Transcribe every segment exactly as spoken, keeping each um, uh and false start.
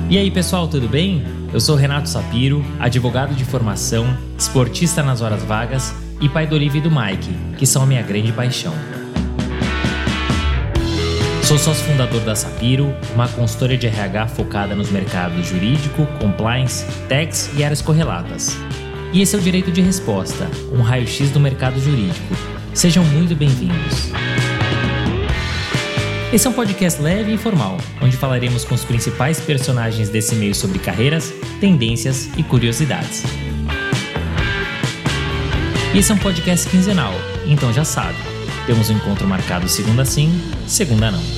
E aí pessoal, tudo bem? Eu sou Renato Sapiro, advogado de formação, esportista nas horas vagas e pai do Olivia e do Mike, que são a minha grande paixão. Sou sócio fundador da Sapiro, uma consultoria de R H focada nos mercados jurídico, compliance, tax e áreas correlatas. E esse é o Direito de Resposta, um raio-x do mercado jurídico. Sejam muito bem-vindos. Esse é um podcast leve e informal, onde falaremos com os principais personagens desse meio sobre carreiras, tendências e curiosidades. E esse é um podcast quinzenal, então já sabe, temos um encontro marcado segunda sim, segunda não.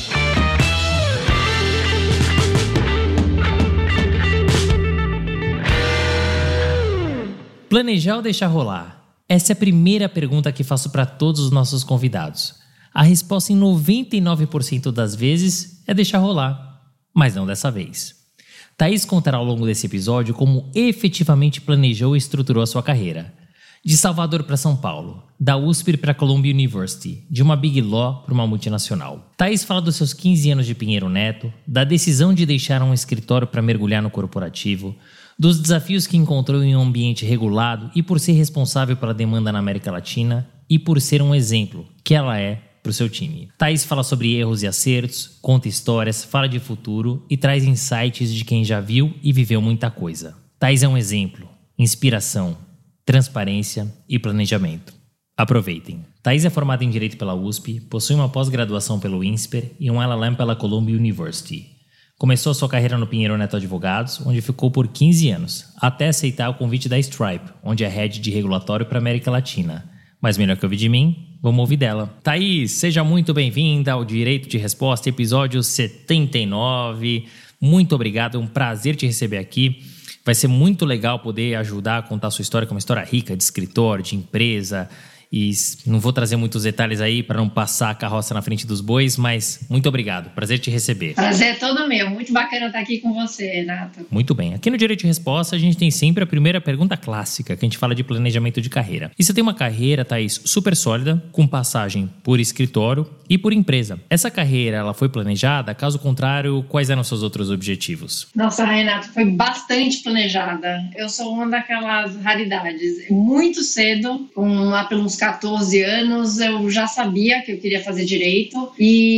Planejar ou deixar rolar? Essa é a primeira pergunta que faço para todos os nossos convidados. A resposta em noventa e nove por cento das vezes é deixar rolar, mas não dessa vez. Thaís contará ao longo desse episódio como efetivamente planejou e estruturou a sua carreira. De Salvador para São Paulo, da U S P para Columbia University, de uma Big Law para uma multinacional. Thaís fala dos seus quinze anos de Pinheiro Neto, da decisão de deixar um escritório para mergulhar no corporativo, dos desafios que encontrou em um ambiente regulado e por ser responsável pela demanda na América Latina e por ser um exemplo, que ela é, para o seu time. Thaís fala sobre erros e acertos, conta histórias, fala de futuro e traz insights de quem já viu e viveu muita coisa. Thaís é um exemplo, inspiração, transparência e planejamento. Aproveitem. Thaís é formada em Direito pela U S P, possui uma pós-graduação pelo INSPER e um L L M pela Columbia University. Começou sua carreira no Pinheiro Neto Advogados, onde ficou por quinze anos, até aceitar o convite da Stripe, onde é head de regulatório para a América Latina. Mas melhor que ouvir de mim, vamos ouvir dela. Thaís, seja muito bem-vinda ao Direito de Resposta, episódio setenta e nove. Muito obrigado, é um prazer te receber aqui. Vai ser muito legal poder ajudar a contar a sua história, que é uma história rica de escritório, de empresa. E não vou trazer muitos detalhes aí para não passar a carroça na frente dos bois, mas muito obrigado, prazer te receber. Prazer é todo meu, muito bacana estar aqui com você, Renato. Muito bem, aqui no Direito de Resposta a gente tem sempre a primeira pergunta clássica, que a gente fala de planejamento de carreira. E você tem uma carreira, Thaís, super sólida, com passagem por escritório e por empresa. Essa carreira, ela foi planejada? Caso contrário, quais eram os seus outros objetivos? Nossa, Renato, foi bastante planejada. Eu sou uma daquelas raridades. Muito cedo, com lá pelos catorze anos, eu já sabia que eu queria fazer direito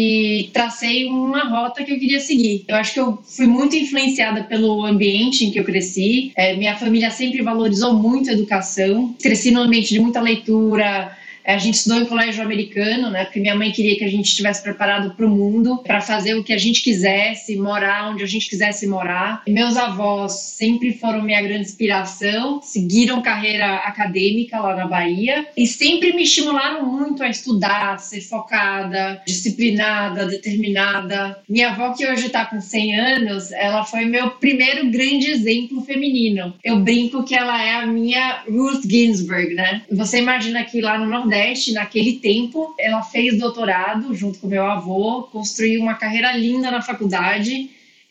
e tracei uma rota que eu queria seguir. Eu acho que eu fui muito influenciada pelo ambiente em que eu cresci. É, minha família sempre valorizou muito a educação. Cresci num ambiente de muita leitura. A gente estudou em colégio americano, né? Porque minha mãe queria que a gente estivesse preparado para o mundo, para fazer o que a gente quisesse, morar onde a gente quisesse morar. E meus avós sempre foram minha grande inspiração, seguiram carreira acadêmica lá na Bahia e sempre me estimularam muito a estudar, a ser focada, disciplinada, determinada. Minha avó, que hoje está com cem anos, ela foi meu primeiro grande exemplo feminino. Eu brinco que ela é a minha Ruth Ginsburg, né? Você imagina que lá no Nordeste, naquele tempo, ela fez doutorado junto com meu avô, construiu uma carreira linda na faculdade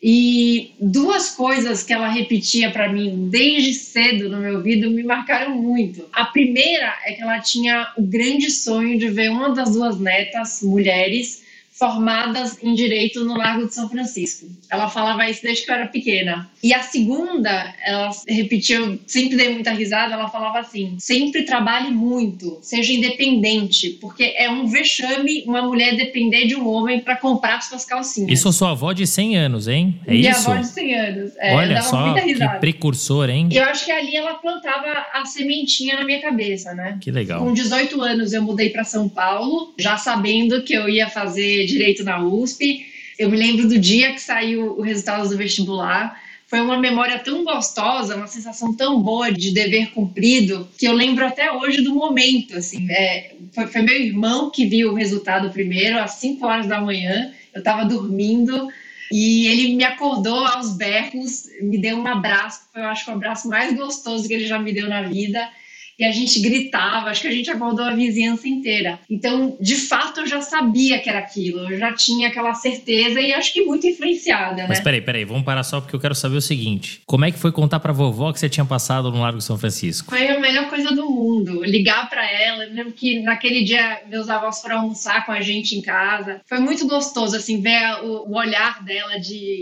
e duas coisas que ela repetia para mim desde cedo no meu ouvido me marcaram muito. A primeira é que ela tinha o grande sonho de ver uma das duas netas, mulheres, formadas em Direito no Largo de São Francisco. Ela falava isso desde que eu era pequena. E a segunda, ela repetia, eu sempre dei muita risada, ela falava assim, sempre trabalhe muito, seja independente, porque é um vexame uma mulher depender de um homem para comprar suas calcinhas. Isso é sua avó de cem anos, hein? É Minha isso? Minha avó de cem anos. É, olha só, que precursor, hein? Eu acho que ali ela plantava a sementinha na minha cabeça, né? Que legal. Com dezoito anos eu mudei para São Paulo, já sabendo que eu ia fazer Direito na U S P. Eu me lembro do dia que saiu o resultado do vestibular. Foi uma memória tão gostosa, uma sensação tão boa de dever cumprido, que eu lembro até hoje do momento. Assim, é, foi, foi meu irmão que viu o resultado primeiro, às cinco horas da manhã. Eu estava dormindo e ele me acordou aos berros, me deu um abraço. Foi, eu acho, o abraço mais gostoso que ele já me deu na vida. E a gente gritava, acho que a gente acordou a vizinhança inteira. Então, de fato, eu já sabia que era aquilo, eu já tinha aquela certeza e acho que muito influenciada, né? Mas peraí, peraí, vamos parar só porque eu quero saber o seguinte. Como é que foi contar pra vovó que você tinha passado no Largo de São Francisco? Foi a melhor coisa do mundo, ligar pra ela. Eu lembro que naquele dia meus avós foram almoçar com a gente em casa. Foi muito gostoso, assim, ver o, o olhar dela de...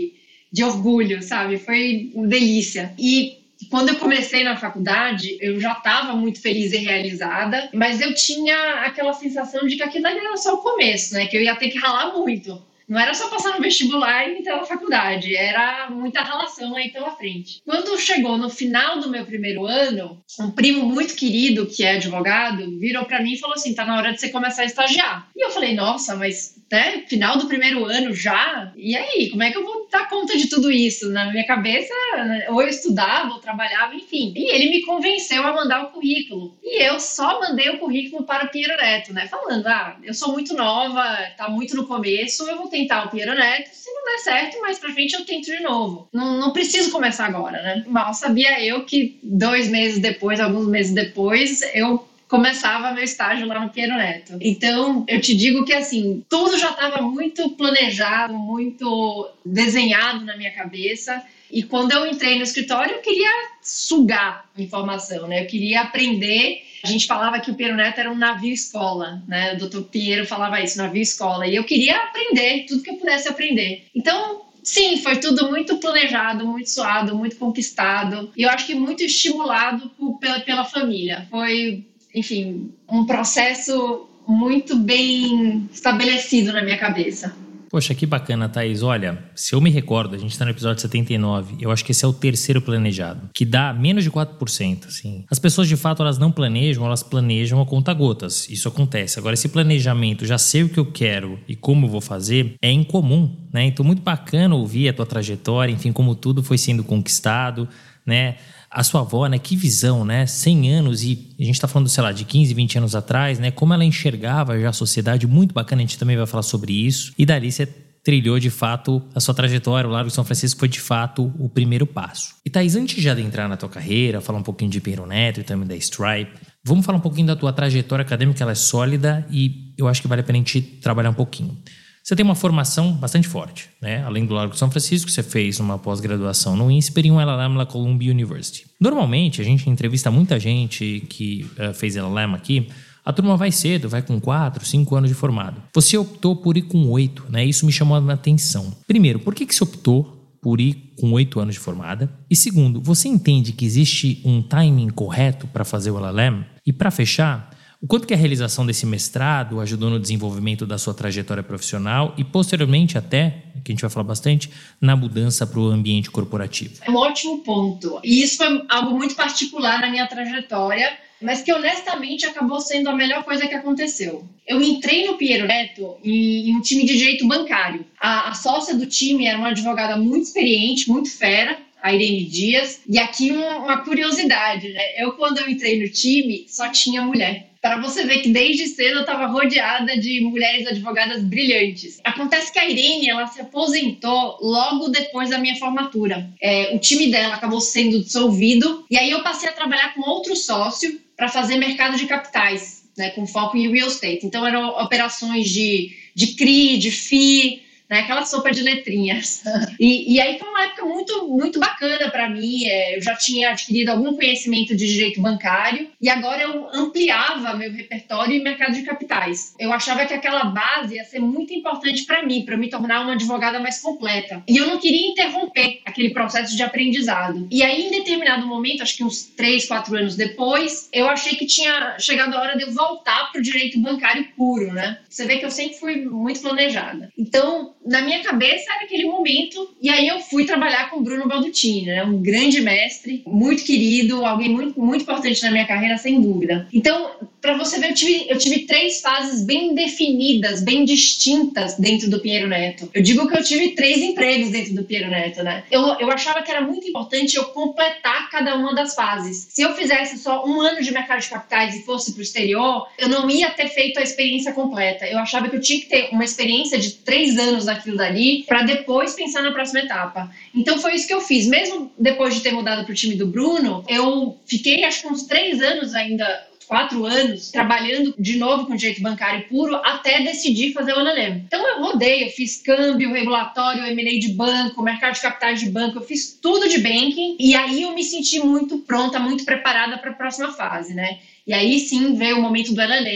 de orgulho, sabe? Foi uma delícia. E quando eu comecei na faculdade, eu já estava muito feliz e realizada, mas eu tinha aquela sensação de que aquilo ali era só o começo, né? Que eu ia ter que ralar muito. Não era só passar no vestibular e entrar na faculdade, era muita ralação aí pela frente. Quando chegou no final do meu primeiro ano, um primo muito querido, que é advogado, virou para mim e falou assim, tá na hora de você começar a estagiar. E eu falei, nossa, mas até final do primeiro ano já? E aí, como é que eu vou dar conta de tudo isso? Na minha cabeça, ou eu estudava, ou trabalhava, enfim. E ele me convenceu a mandar o currículo. E eu só mandei o currículo para o Pinheiro Neto, né? Falando, ah, eu sou muito nova, tá muito no começo, eu vou tentar o Pinheiro Neto, se não der certo, mais pra frente eu tento de novo. Não, não preciso começar agora, né? Mal sabia eu que dois meses depois, alguns meses depois, eu começava meu estágio lá no Pinheiro Neto. Então, eu te digo que, assim, tudo já estava muito planejado, muito desenhado na minha cabeça. E quando eu entrei no escritório, eu queria sugar informação, né? Eu queria aprender. A gente falava que o Pinheiro Neto era um navio-escola, né? O doutor Pinheiro falava isso, navio-escola. E eu queria aprender tudo que eu pudesse aprender. Então, sim, foi tudo muito planejado, muito suado, muito conquistado. E eu acho que muito estimulado por, pela, pela família. Foi, enfim, um processo muito bem estabelecido na minha cabeça. Poxa, que bacana, Thaís. Olha, se eu me recordo, a gente está no episódio setenta e nove, eu acho que esse é o terceiro planejado, que dá menos de quatro por cento, assim. As pessoas, de fato, elas não planejam, elas planejam a conta-gotas. Isso acontece. Agora, esse planejamento, já sei o que eu quero e como eu vou fazer, é incomum, né? Então, muito bacana ouvir a tua trajetória, enfim, como tudo foi sendo conquistado, né? A sua avó, né? Que visão, né? cem anos e a gente tá falando, sei lá, de quinze, vinte anos atrás, né? Como ela enxergava já a sociedade, muito bacana, a gente também vai falar sobre isso. E dali você trilhou, de fato, a sua trajetória. O Largo de São Francisco foi, de fato, o primeiro passo. E Thaís, antes de entrar na tua carreira, falar um pouquinho de Pinheiro Neto e também da Stripe, vamos falar um pouquinho da tua trajetória acadêmica, ela é sólida e eu acho que vale a pena a gente trabalhar um pouquinho. Você tem uma formação bastante forte, né? Além do Largo de São Francisco, você fez uma pós-graduação no INSPER e um L L M na Columbia University. Normalmente, a gente entrevista muita gente que uh, fez L L M aqui. A turma vai cedo, vai com quatro, cinco anos de formado. Você optou por ir com oito, né? Isso me chamou a atenção. Primeiro, por que que você optou por ir com oito anos de formada? E segundo, você entende que existe um timing correto para fazer o L L M? E para fechar, o quanto que a realização desse mestrado ajudou no desenvolvimento da sua trajetória profissional e, posteriormente, até, que a gente vai falar bastante, na mudança para o ambiente corporativo? É um ótimo ponto. E isso foi algo muito particular na minha trajetória, mas que, honestamente, acabou sendo a melhor coisa que aconteceu. Eu entrei no Pinheiro Neto em, em um time de direito bancário. A, a sócia do time era uma advogada muito experiente, muito fera, a Irene Dias. E aqui uma, uma curiosidade, né? Eu, quando eu entrei no time, só tinha mulher. Para você ver que desde cedo eu estava rodeada de mulheres advogadas brilhantes. Acontece que a Irene, ela se aposentou logo depois da minha formatura. É, o time dela acabou sendo dissolvido e aí eu passei a trabalhar com outro sócio para fazer mercado de capitais, né, com foco em real estate. Então eram operações de, de C R I, de F I, né, aquela sopa de letrinhas. E, e aí foi uma época muito, muito bacana para mim. É, eu já tinha adquirido algum conhecimento de direito bancário e agora eu ampliava meu repertório em mercado de capitais. Eu achava que aquela base ia ser muito importante para mim, para me tornar uma advogada mais completa. E eu não queria interromper aquele processo de aprendizado. E aí, em determinado momento, acho que uns três, quatro anos depois, eu achei que tinha chegado a hora de eu voltar para o direito bancário puro, né? Você vê que eu sempre fui muito planejada. Então, na minha cabeça era aquele momento, e aí eu fui trabalhar com o Bruno Baldutini, né? Um grande mestre, muito querido, alguém muito, muito importante na minha carreira, sem dúvida. Então, para você ver, eu tive, eu tive três fases bem definidas, bem distintas dentro do Pinheiro Neto. Eu digo que eu tive três empregos dentro do Pinheiro Neto, né? Eu, eu achava que era muito importante eu completar cada uma das fases. Se eu fizesse só um ano de mercado de capitais e fosse para o exterior, eu não ia ter feito a experiência completa. Eu achava que eu tinha que ter uma experiência de três anos naquilo dali para depois pensar na próxima etapa. Então foi isso que eu fiz. Mesmo depois de ter mudado para o time do Bruno, eu fiquei acho que uns três anos ainda, quatro anos, trabalhando de novo com direito bancário puro até decidir fazer o L L M. Então eu rodei, eu fiz câmbio, regulatório, M and A de banco, mercado de capitais de banco, eu fiz tudo de banking e aí eu me senti muito pronta, muito preparada para a próxima fase, né? E aí sim veio o momento do L L M,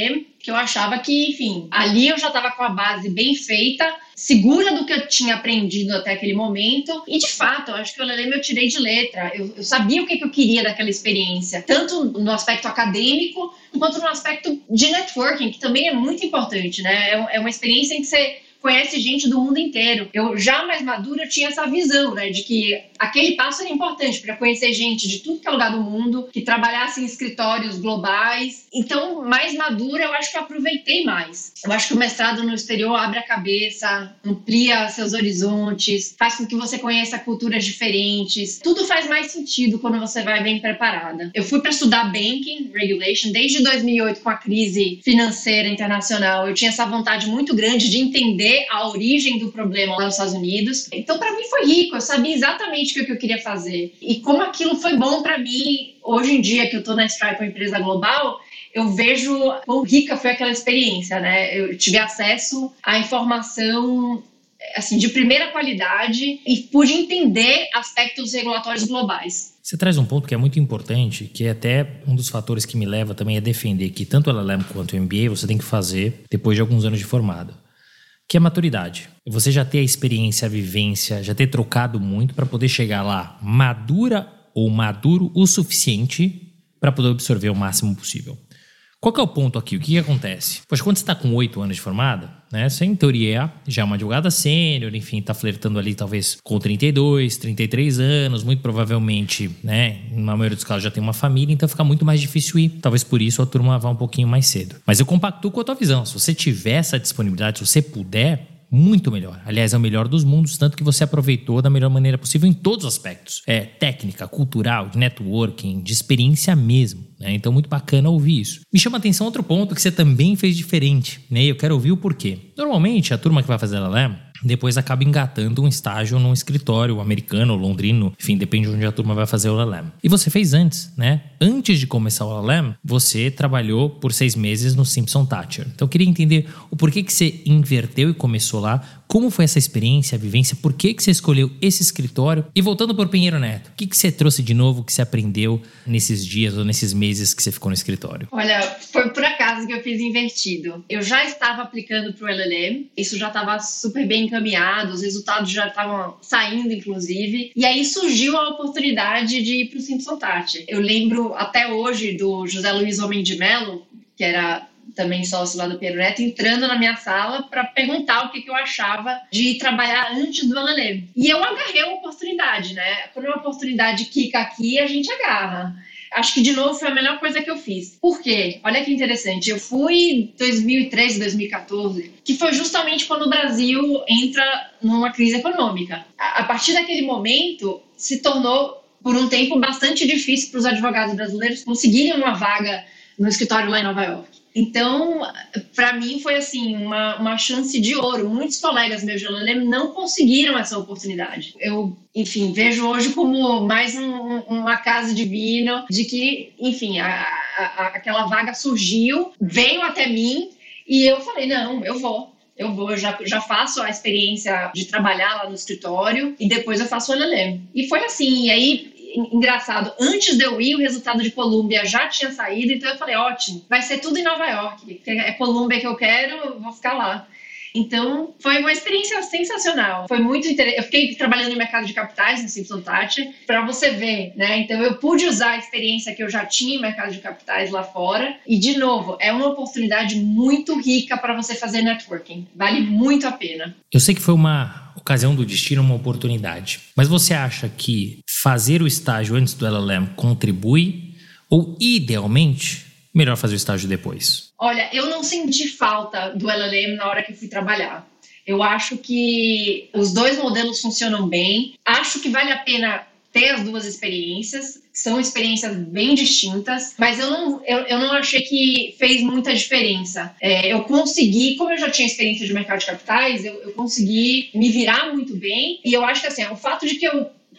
que eu achava que, enfim, ali eu já estava com a base bem feita, segura do que eu tinha aprendido até aquele momento. E, de fato, eu acho que o L L M eu tirei de letra. Eu, eu sabia o que, que eu queria daquela experiência, tanto no aspecto acadêmico, quanto no aspecto de networking, que também é muito importante, né? É, é uma experiência em que você conhece gente do mundo inteiro. Eu, já mais madura, eu tinha essa visão, né, de que aquele passo era importante para conhecer gente de tudo que é lugar do mundo, que trabalhasse em escritórios globais. Então, mais madura, eu acho que eu aproveitei mais. Eu acho que o mestrado no exterior abre a cabeça, amplia seus horizontes, faz com que você conheça culturas diferentes. Tudo faz mais sentido quando você vai bem preparada. Eu fui para estudar Banking Regulation desde dois mil e oito, com a crise financeira internacional. Eu tinha essa vontade muito grande de entender a origem do problema lá nos Estados Unidos. Então, para mim foi rico, eu sabia exatamente o que eu queria fazer. E como aquilo foi bom para mim, hoje em dia que eu estou na Stripe, uma empresa global, eu vejo quão rica foi aquela experiência, né? Eu tive acesso à informação assim, de primeira qualidade e pude entender aspectos regulatórios globais. Você traz um ponto que é muito importante, que é até um dos fatores que me leva também a defender que tanto o L L M quanto o M B A você tem que fazer depois de alguns anos de formado, que é a maturidade. Você já ter a experiência, a vivência, já ter trocado muito para poder chegar lá madura ou maduro o suficiente para poder absorver o máximo possível. Qual que é o ponto aqui? O que, que acontece? Pois quando você está com oito anos de formada, né, você em teoria já é uma advogada sênior, enfim, está flertando ali talvez com trinta e dois, trinta e três anos, muito provavelmente, né, na maioria dos casos já tem uma família, então fica muito mais difícil ir. Talvez por isso a turma vá um pouquinho mais cedo. Mas eu compactuo com a tua visão. Se você tiver essa disponibilidade, se você puder, muito melhor. Aliás, é o melhor dos mundos, tanto que você aproveitou da melhor maneira possível em todos os aspectos. É técnica, cultural, de networking, de experiência mesmo, né? Então, muito bacana ouvir isso. Me chama a atenção outro ponto que você também fez diferente, né? E eu quero ouvir o porquê. Normalmente, a turma que vai fazer L L M depois acaba engatando um estágio num escritório americano, londrino, enfim, depende de onde a turma vai fazer o L L M. E você fez antes, né? Antes de começar o L L M, você trabalhou por seis meses no Simpson Thacher. Então eu queria entender o porquê que você inverteu e começou lá, como foi essa experiência, a vivência, por que que você escolheu esse escritório? E voltando por Pinheiro Neto, o que que você trouxe de novo, que você aprendeu nesses dias ou nesses meses que você ficou no escritório? Olha, foi por acaso que eu fiz invertido. Eu já estava aplicando para o L L M, isso já estava super bem encaminhado, os resultados já estavam saindo, inclusive, e aí surgiu a oportunidade de ir para o Simpson Thacher. Eu lembro até hoje do José Luiz Homem de Mello, que era também sócio lá do Pinheiro Neto, entrando na minha sala para perguntar o que, que eu achava de trabalhar antes do L L M. E eu agarrei a oportunidade, né? Quando uma oportunidade quica aqui, a gente agarra. Acho que, de novo, foi a melhor coisa que eu fiz. Por quê? Olha que interessante. Eu fui em dois mil e treze, dois mil e catorze, que foi justamente quando o Brasil entra numa crise econômica. A partir daquele momento, se tornou, por um tempo, bastante difícil para os advogados brasileiros conseguirem uma vaga no escritório lá em Nova York. Então, para mim, foi assim, uma, uma chance de ouro. Muitos colegas meus de L L M não conseguiram essa oportunidade. Eu, enfim, vejo hoje como mais um, um acaso divino de que, enfim, a, a, aquela vaga surgiu, veio até mim e eu falei, não, eu vou. Eu vou, eu já, já faço a experiência de trabalhar lá no escritório e depois eu faço o L L M. E foi assim, e aí... Engraçado, antes de eu ir, o resultado de Colômbia já tinha saído, então eu falei, ótimo, vai ser tudo em Nova York, é Colômbia que eu quero, eu vou ficar lá. Então, foi uma experiência sensacional. Foi muito interessante. Eu fiquei trabalhando no mercado de capitais, no Simpson Thacher, para você ver, né? Então, eu pude usar a experiência que eu já tinha em mercado de capitais lá fora. E, de novo, é uma oportunidade muito rica para você fazer networking. Vale muito a pena. Eu sei que foi uma ocasião do destino, uma oportunidade. Mas você acha que fazer o estágio antes do L L M contribui? Ou, idealmente, melhor fazer o estágio depois? Olha, eu não senti falta do L L M na hora que eu fui trabalhar. Eu acho que os dois modelos funcionam bem. Acho que vale a pena ter as duas experiências. São experiências bem distintas, mas eu não, eu, eu não achei que fez muita diferença. É, eu consegui, como eu já tinha experiência de mercado de capitais, eu, eu consegui me virar muito bem. E eu acho que assim, o fato de que eu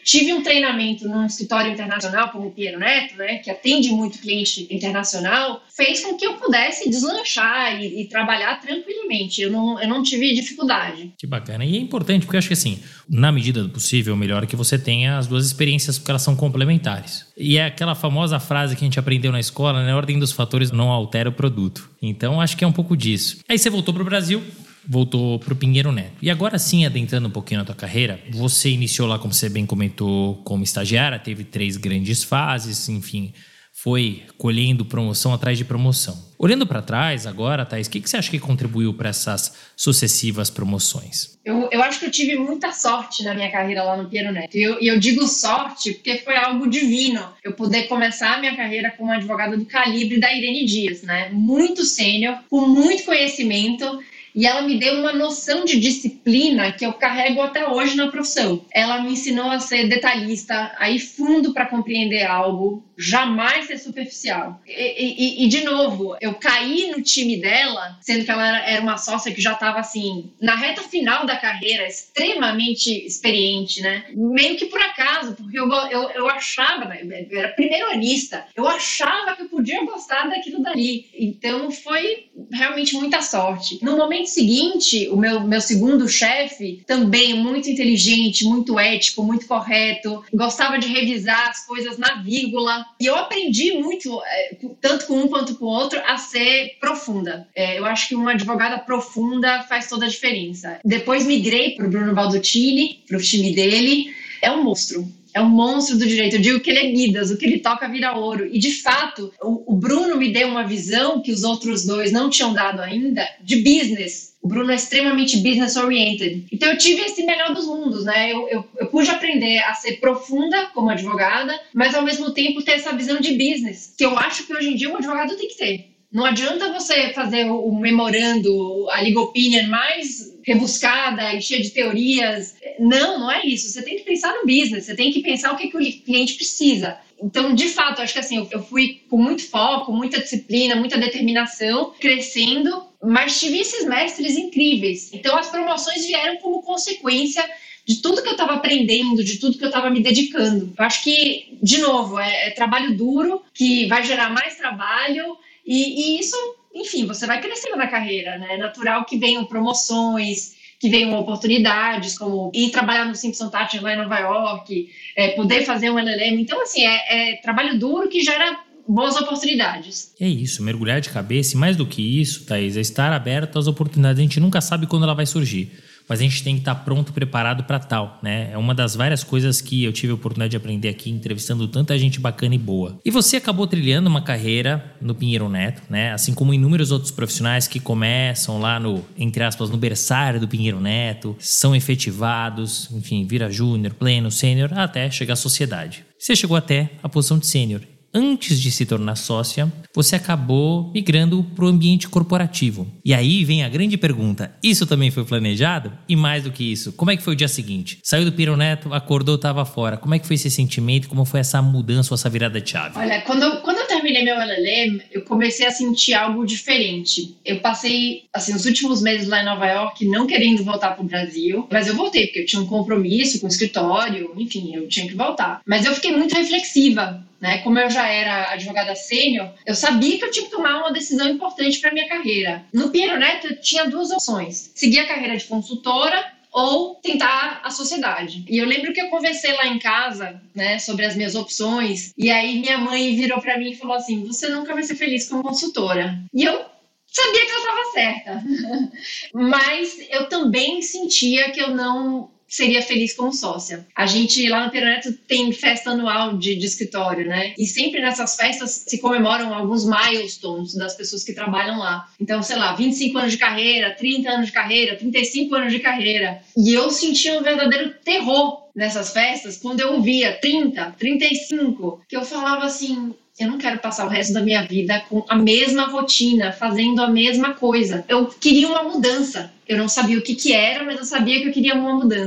tive um treinamento num escritório internacional como o Piero Neto, né, que atende muito cliente internacional, fez com que eu pudesse deslanchar e, e trabalhar tranquilamente. Eu não, eu não tive dificuldade. Que bacana. E é importante, porque eu acho que assim, na medida do possível, o melhor é que você tenha as duas experiências, porque elas são complementares. E é aquela famosa frase que a gente aprendeu na escola, né? A ordem dos fatores não altera o produto. Então, acho que é um pouco disso. Aí você voltou para o Brasil, voltou para o Pinheiro Neto. E agora sim, adentrando um pouquinho na tua carreira, você iniciou lá, como você bem comentou, como estagiária, teve três grandes fases, enfim, foi colhendo promoção atrás de promoção. Olhando para trás agora, Thaís, o que, que você acha que contribuiu para essas sucessivas promoções? Eu, eu acho que eu tive muita sorte na minha carreira lá no Piero Neto. E eu, eu digo sorte porque foi algo divino. Eu poder começar a minha carreira como advogada do calibre da Irene Dias, né? Muito sênior, com muito conhecimento. E ela me deu uma noção de disciplina que eu carrego até hoje na profissão. Ela me ensinou a ser detalhista, a ir fundo para compreender algo, jamais ser superficial. E, e, e, de novo, eu caí no time dela, sendo que ela era uma sócia que já estava, assim, na reta final da carreira, extremamente experiente, né? Meio que por acaso, porque eu, eu, eu achava, né? Eu era primeiro-anista, eu achava que eu podia gostar daquilo dali. Então, foi realmente muita sorte. No momento seguinte, o meu, meu segundo chefe, também muito inteligente, muito ético, muito correto, gostava de revisar as coisas na vírgula. E eu aprendi muito, tanto com um quanto com o outro, a ser profunda. É, eu acho que uma advogada profunda faz toda a diferença. Depois migrei para o Bruno Baldocchini, para o time dele. É um monstro. É um monstro do direito. Eu digo que ele é Midas, o que ele toca vira ouro. E, de fato, o, o Bruno me deu uma visão que os outros dois não tinham dado ainda, de business. O Bruno é extremamente business-oriented. Então, eu tive esse melhor dos mundos, né? Eu, eu, eu pude aprender a ser profunda como advogada, mas, ao mesmo tempo, ter essa visão de business, que eu acho que, hoje em dia, um advogado tem que ter. Não adianta você fazer o, o memorando, a legal opinion mais rebuscada e cheia de teorias. Não, não é isso. Você tem que pensar no business, você tem que pensar o que, que o cliente precisa. Então, de fato, acho que assim, eu fui com muito foco, muita disciplina, muita determinação, crescendo, mas tive esses mestres incríveis. Então, as promoções vieram como consequência de tudo que eu estava aprendendo, de tudo que eu estava me dedicando. Eu acho que, de novo, é, é trabalho duro, que vai gerar mais trabalho, e, e isso, enfim, você vai crescendo na carreira, né? É natural que venham promoções, que venham oportunidades, como ir trabalhar no Simpson Thacher lá em Nova York, é, poder fazer um L L M. Então, assim, é, é trabalho duro que gera boas oportunidades. É isso, mergulhar de cabeça. E mais do que isso, Thaís, é estar aberto às oportunidades. A gente nunca sabe quando ela vai surgir, mas a gente tem que estar pronto, preparado para tal, né? É uma das várias coisas que eu tive a oportunidade de aprender aqui, entrevistando tanta gente bacana e boa. E você acabou trilhando uma carreira no Pinheiro Neto, né? Assim como inúmeros outros profissionais que começam lá no, entre aspas, no berçário do Pinheiro Neto, são efetivados, enfim, vira júnior, pleno, sênior, até chegar à sociedade. Você chegou até a posição de sênior. Antes de se tornar sócia, você acabou migrando para o ambiente corporativo. E aí vem a grande pergunta, isso também foi planejado? E mais do que isso, como é que foi o dia seguinte? Saiu do Pinheiro Neto, acordou, estava fora. Como é que foi esse sentimento? Como foi essa mudança ou essa virada de chave? Olha, quando eu, quando eu terminei meu L L M, eu comecei a sentir algo diferente. Eu passei, assim, os últimos meses lá em Nova York não querendo voltar para o Brasil, mas eu voltei, porque eu tinha um compromisso com o escritório, enfim, eu tinha que voltar. Mas eu fiquei muito reflexiva, né? Como eu já era advogada sênior, eu sabia que eu tinha que tomar uma decisão importante para minha carreira. No Pinheiro Neto, eu tinha duas opções: seguir a carreira de consultora ou tentar a sociedade. E eu lembro que eu conversei lá em casa, né, sobre as minhas opções, e aí minha mãe virou para mim e falou assim: você nunca vai ser feliz como consultora. E eu sabia que eu estava certa, mas eu também sentia que eu não seria feliz como sócia. A gente lá no Pinheiro Neto tem festa anual de, de escritório, né? E sempre nessas festas se comemoram alguns milestones das pessoas que trabalham lá. Então, sei lá, vinte e cinco anos de carreira, trinta anos de carreira, trinta e cinco anos de carreira. E eu sentia um verdadeiro terror nessas festas quando eu ouvia trinta, trinta e cinco, que eu falava assim: eu não quero passar o resto da minha vida com a mesma rotina, fazendo a mesma coisa. Eu queria uma mudança. Eu não sabia o que que era, mas eu sabia que eu queria uma mudança.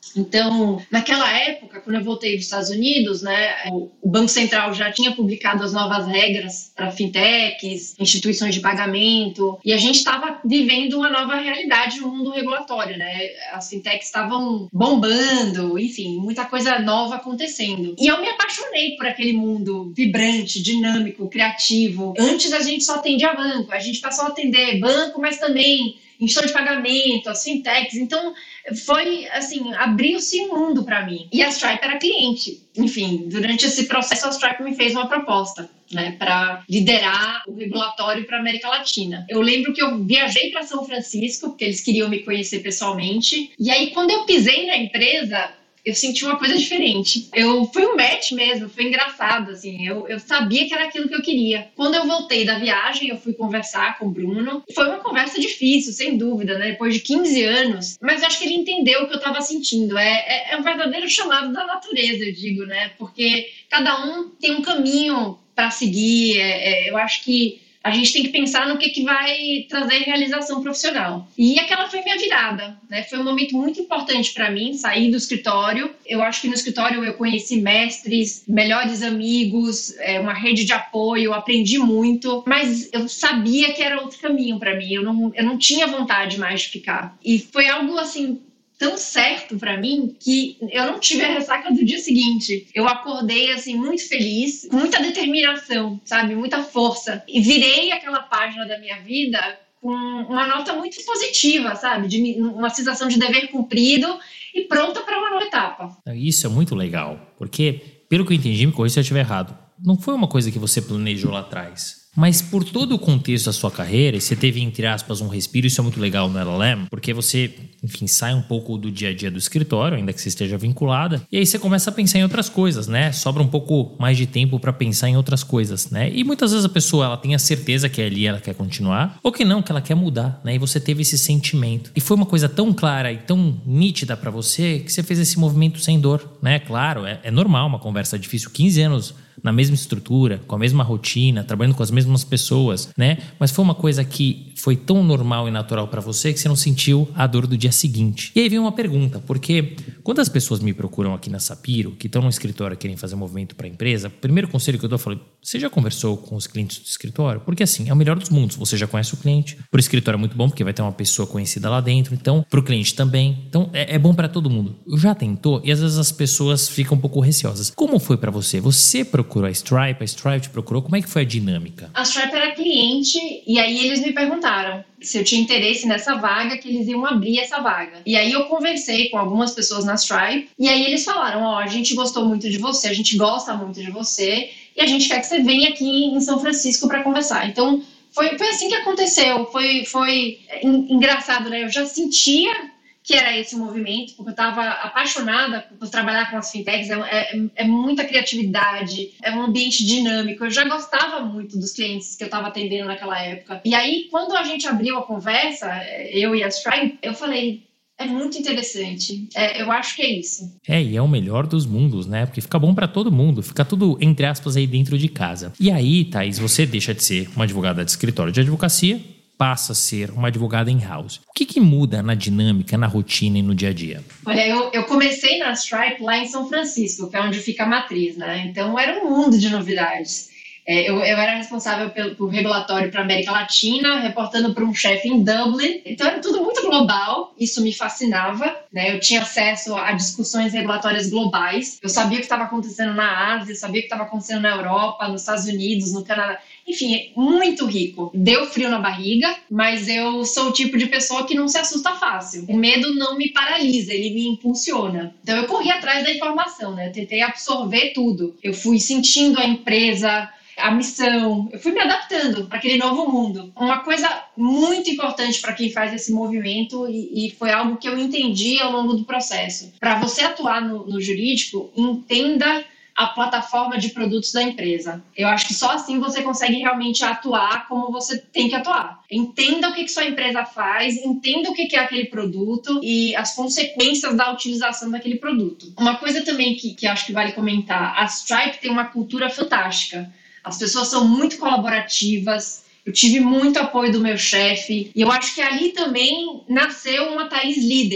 Então, naquela época, quando eu voltei dos Estados Unidos, né, o Banco Central já tinha publicado as novas regras para fintechs, instituições de pagamento, e a gente estava vivendo uma nova realidade no mundo regulatório, né? As fintechs estavam bombando, enfim, muita coisa nova acontecendo. E eu me apaixonei por aquele mundo vibrante, dinâmico, criativo. Antes a gente só atendia banco, a gente passou a atender banco, mas também instituição de pagamento, as fintechs. Então, foi, assim, abriu-se um mundo para mim. E a Stripe era cliente. Enfim, durante esse processo, a Stripe me fez uma proposta, né, para liderar o regulatório para a América Latina. Eu lembro que eu viajei para São Francisco, porque eles queriam me conhecer pessoalmente. E aí, quando eu pisei na empresa, eu senti uma coisa diferente. Eu fui um match mesmo, foi engraçado, assim. Eu, eu sabia que era aquilo que eu queria. Quando eu voltei da viagem, eu fui conversar com o Bruno. Foi uma conversa difícil, sem dúvida, né? Depois de quinze anos. Mas eu acho que ele entendeu o que eu estava sentindo. É, é, é um verdadeiro chamado da natureza, eu digo, né? Porque cada um tem um caminho para seguir. É, é, eu acho que a gente tem que pensar no que, que vai trazer realização profissional. E aquela foi minha virada, né? Foi um momento muito importante para mim, sair do escritório. Eu acho que no escritório eu conheci mestres, melhores amigos, é, uma rede de apoio, aprendi muito, mas eu sabia que era outro caminho para mim. Eu não, eu não tinha vontade mais de ficar. E foi algo assim tão certo para mim que eu não tive a ressaca do dia seguinte. Eu acordei assim muito feliz, com muita determinação, sabe, muita força, e virei aquela página da minha vida com uma nota muito positiva, sabe, de uma sensação de dever cumprido e pronta para uma nova etapa. Isso é muito legal, porque pelo que eu entendi, me corrija se eu estiver errado, não foi uma coisa que você planejou lá atrás. Mas por todo o contexto da sua carreira, e você teve, entre aspas, um respiro, isso é muito legal no L L M, porque você, enfim, sai um pouco do dia a dia do escritório, ainda que você esteja vinculada, e aí você começa a pensar em outras coisas, né? Sobra um pouco mais de tempo para pensar em outras coisas, né? E muitas vezes a pessoa, ela tem a certeza que ali ela quer continuar, ou que não, que ela quer mudar, né? E você teve esse sentimento. E foi uma coisa tão clara e tão nítida para você, que você fez esse movimento sem dor, né? Claro, é, é normal uma conversa difícil, quinze anos na mesma estrutura, com a mesma rotina, trabalhando com as mesmas pessoas, né? Mas foi uma coisa que foi tão normal e natural para você que você não sentiu a dor do dia seguinte. E aí vem uma pergunta, porque quando as pessoas me procuram aqui na Sapiro, que estão no escritório e querem fazer um movimento para a empresa, o primeiro conselho que eu dou, eu falo, você já conversou com os clientes do escritório? Porque assim, é o melhor dos mundos, você já conhece o cliente, pro escritório é muito bom, porque vai ter uma pessoa conhecida lá dentro, então, pro cliente também, então é, é bom para todo mundo. Já tentou? E às vezes as pessoas ficam um pouco receosas. Como foi para você? Você procurou a Stripe, a Stripe te procurou, como é que foi a dinâmica? A Stripe era cliente, e aí eles me perguntaram se eu tinha interesse nessa vaga, que eles iam abrir essa vaga. E aí eu conversei com algumas pessoas na Stripe, e aí eles falaram, ó, oh, a gente gostou muito de você, a gente gosta muito de você, e a gente quer que você venha aqui em São Francisco para conversar. Então, foi, foi assim que aconteceu, foi, foi engraçado, né? Eu já sentia que era esse o movimento, porque eu estava apaixonada por trabalhar com as fintechs, é, é, é muita criatividade, é um ambiente dinâmico, eu já gostava muito dos clientes que eu estava atendendo naquela época. E aí, quando a gente abriu a conversa, eu e a Stripe, eu falei, é muito interessante, é, eu acho que é isso. É, e é o melhor dos mundos, né? Porque fica bom pra todo mundo, fica tudo, entre aspas, aí dentro de casa. E aí, Thaís, você deixa de ser uma advogada de escritório de advocacia, passa a ser uma advogada in-house. O que, que muda na dinâmica, na rotina e no dia a dia? Olha, eu, eu comecei na Stripe lá em São Francisco, que é onde fica a matriz, né? Então era um mundo de novidades. É, eu, eu era responsável pelo, por regulatório para a América Latina, reportando para um chefe em Dublin. Então era tudo muito global, isso me fascinava, né? Eu tinha acesso a discussões regulatórias globais, eu sabia o que estava acontecendo na Ásia, eu sabia o que estava acontecendo na Europa, nos Estados Unidos, no Canadá. Enfim, muito rico. Deu frio na barriga, mas eu sou o tipo de pessoa que não se assusta fácil. O medo não me paralisa, ele me impulsiona. Então eu corri atrás da informação, né? Eu tentei absorver tudo. Eu fui sentindo a empresa, a missão, eu fui me adaptando para aquele novo mundo. Uma coisa muito importante para quem faz esse movimento, e, e foi algo que eu entendi ao longo do processo. Para você atuar no, no jurídico, entenda a plataforma de produtos da empresa. Eu acho que só assim você consegue realmente atuar como você tem que atuar. Entenda o que, que sua empresa faz, entenda o que, que é aquele produto e as consequências da utilização daquele produto. Uma coisa também que, que acho que vale comentar, a Stripe tem uma cultura fantástica. As pessoas são muito colaborativas, eu tive muito apoio do meu chefe, e eu acho que ali também nasceu uma Thaís líder,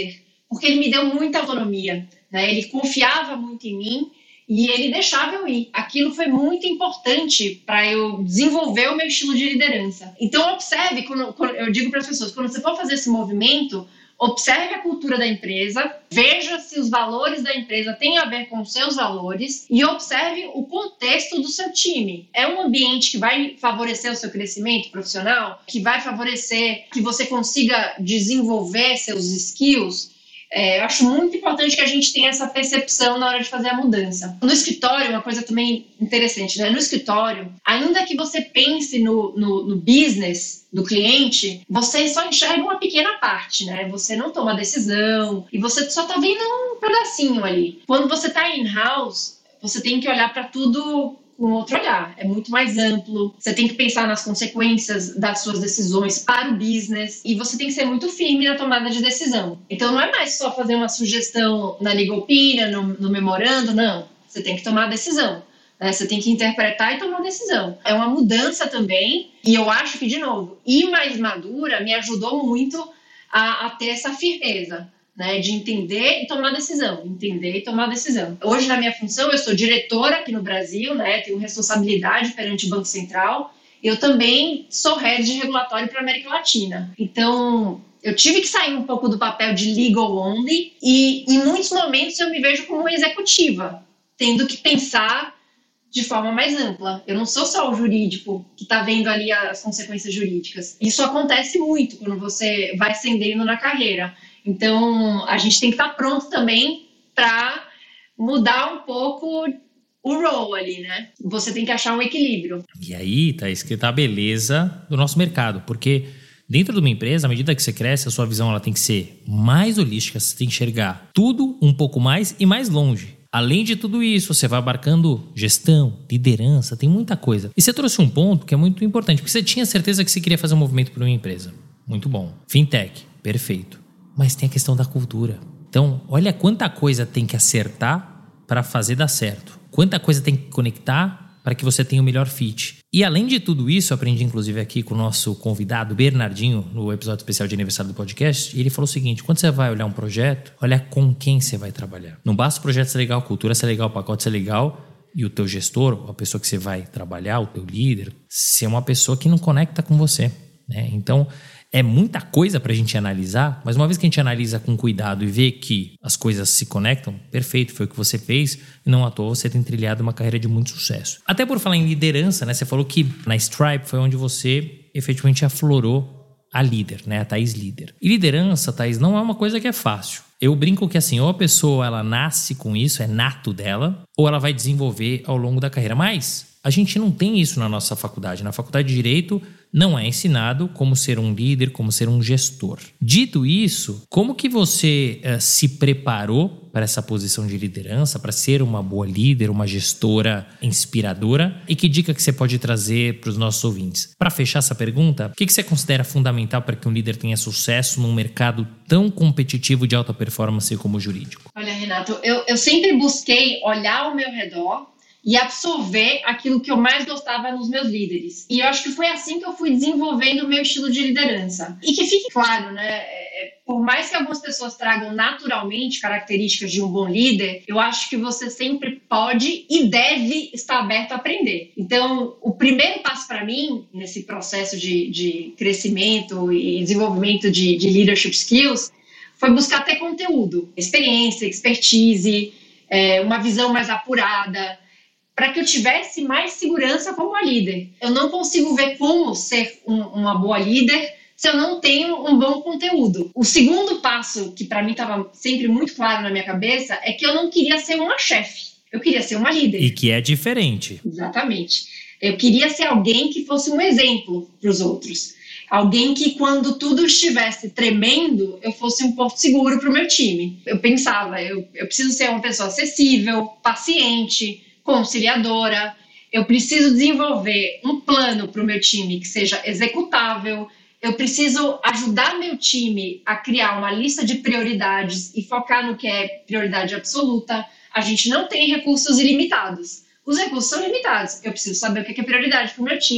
porque ele me deu muita autonomia, né? Ele confiava muito em mim e ele deixava eu ir. Aquilo foi muito importante para eu desenvolver o meu estilo de liderança. Então, observe, quando, quando eu digo para as pessoas, quando você for fazer esse movimento, observe a cultura da empresa, veja se os valores da empresa têm a ver com os seus valores e observe o contexto do seu time. É um ambiente que vai favorecer o seu crescimento profissional, que vai favorecer que você consiga desenvolver seus skills. É, eu acho muito importante que a gente tenha essa percepção na hora de fazer a mudança. No escritório, uma coisa também interessante, né? No escritório, ainda que você pense no, no, no business do cliente, você só enxerga uma pequena parte, né? Você não toma decisão e você só tá vendo um pedacinho ali. Quando você tá in-house, você tem que olhar para tudo com outro olhar, é muito mais amplo, você tem que pensar nas consequências das suas decisões para o business e você tem que ser muito firme na tomada de decisão. Então não é mais só fazer uma sugestão na legal opinion, no, no memorando, não, você tem que tomar a decisão, né? Você tem que interpretar e tomar a decisão. É uma mudança também e eu acho que, de novo, ir mais madura me ajudou muito a, a ter essa firmeza, né, de entender e tomar decisão, entender e tomar decisão. Hoje, na minha função, eu sou diretora aqui no Brasil, né, tenho responsabilidade perante o Banco Central, eu também sou head de regulatório para a América Latina. Então, eu tive que sair um pouco do papel de legal only e, em muitos momentos, eu me vejo como executiva, tendo que pensar de forma mais ampla. Eu não sou só o jurídico que está vendo ali as consequências jurídicas. Isso acontece muito quando você vai ascendendo na carreira. Então, a gente tem que estar pronto também para mudar um pouco o role ali, né? Você tem que achar um equilíbrio. E aí tá escrita a beleza do nosso mercado, porque dentro de uma empresa, à medida que você cresce, a sua visão ela tem que ser mais holística, você tem que enxergar tudo um pouco mais e mais longe. Além de tudo isso, você vai abarcando gestão, liderança, tem muita coisa. E você trouxe um ponto que é muito importante, porque você tinha certeza que você queria fazer um movimento para uma empresa. Muito bom. Fintech, perfeito. Mas tem a questão da cultura. Então, olha quanta coisa tem que acertar para fazer dar certo. Quanta coisa tem que conectar para que você tenha o melhor fit. E além de tudo isso, eu aprendi inclusive aqui com o nosso convidado Bernardinho, no episódio especial de aniversário do podcast, e ele falou o seguinte: quando você vai olhar um projeto, olha com quem você vai trabalhar. Não basta o projeto ser legal, a cultura ser legal, o pacote ser legal, e o teu gestor, a pessoa que você vai trabalhar, o teu líder, ser uma pessoa que não conecta com você, né? Então, é muita coisa para a gente analisar, mas uma vez que a gente analisa com cuidado e vê que as coisas se conectam, perfeito, foi o que você fez, e não à toa você tem trilhado uma carreira de muito sucesso. Até por falar em liderança, né? Você falou que na Stripe foi onde você efetivamente aflorou a líder, né? A Thaís líder. E liderança, Thaís, não é uma coisa que é fácil. Eu brinco que assim, ou a pessoa ela nasce com isso, é nato dela, ou ela vai desenvolver ao longo da carreira. Mas a gente não tem isso na nossa faculdade. Na faculdade de Direito não é ensinado como ser um líder, como ser um gestor. Dito isso, como que você uh, se preparou para essa posição de liderança, para ser uma boa líder, uma gestora inspiradora? E que dica que você pode trazer para os nossos ouvintes? Para fechar essa pergunta, o que, que você considera fundamental para que um líder tenha sucesso num mercado tão competitivo de alta performance como o jurídico? Olha, Renato, eu, eu sempre busquei olhar ao meu redor e absorver aquilo que eu mais gostava nos meus líderes. E eu acho que foi assim que eu fui desenvolvendo o meu estilo de liderança. E que fique claro, né? É, por mais que algumas pessoas tragam naturalmente características de um bom líder, eu acho que você sempre pode e deve estar aberto a aprender. Então, o primeiro passo para mim, nesse processo de, de crescimento e desenvolvimento de, de leadership skills, foi buscar ter conteúdo, experiência, expertise, é, uma visão mais apurada, para que eu tivesse mais segurança como uma líder. Eu não consigo ver como ser um, uma boa líder se eu não tenho um bom conteúdo. O segundo passo, que para mim estava sempre muito claro na minha cabeça, é que eu não queria ser uma chefe, eu queria ser uma líder. E que é diferente. Exatamente. Eu queria ser alguém que fosse um exemplo para os outros. Alguém que, quando tudo estivesse tremendo, eu fosse um porto seguro para o meu time. Eu pensava, eu, eu preciso ser uma pessoa acessível, paciente, conciliadora, eu preciso desenvolver um plano para o meu time que seja executável, eu preciso ajudar meu time a criar uma lista de prioridades e focar no que é prioridade absoluta. A gente não tem recursos ilimitados, os recursos são limitados, eu preciso saber o que é prioridade para o meu time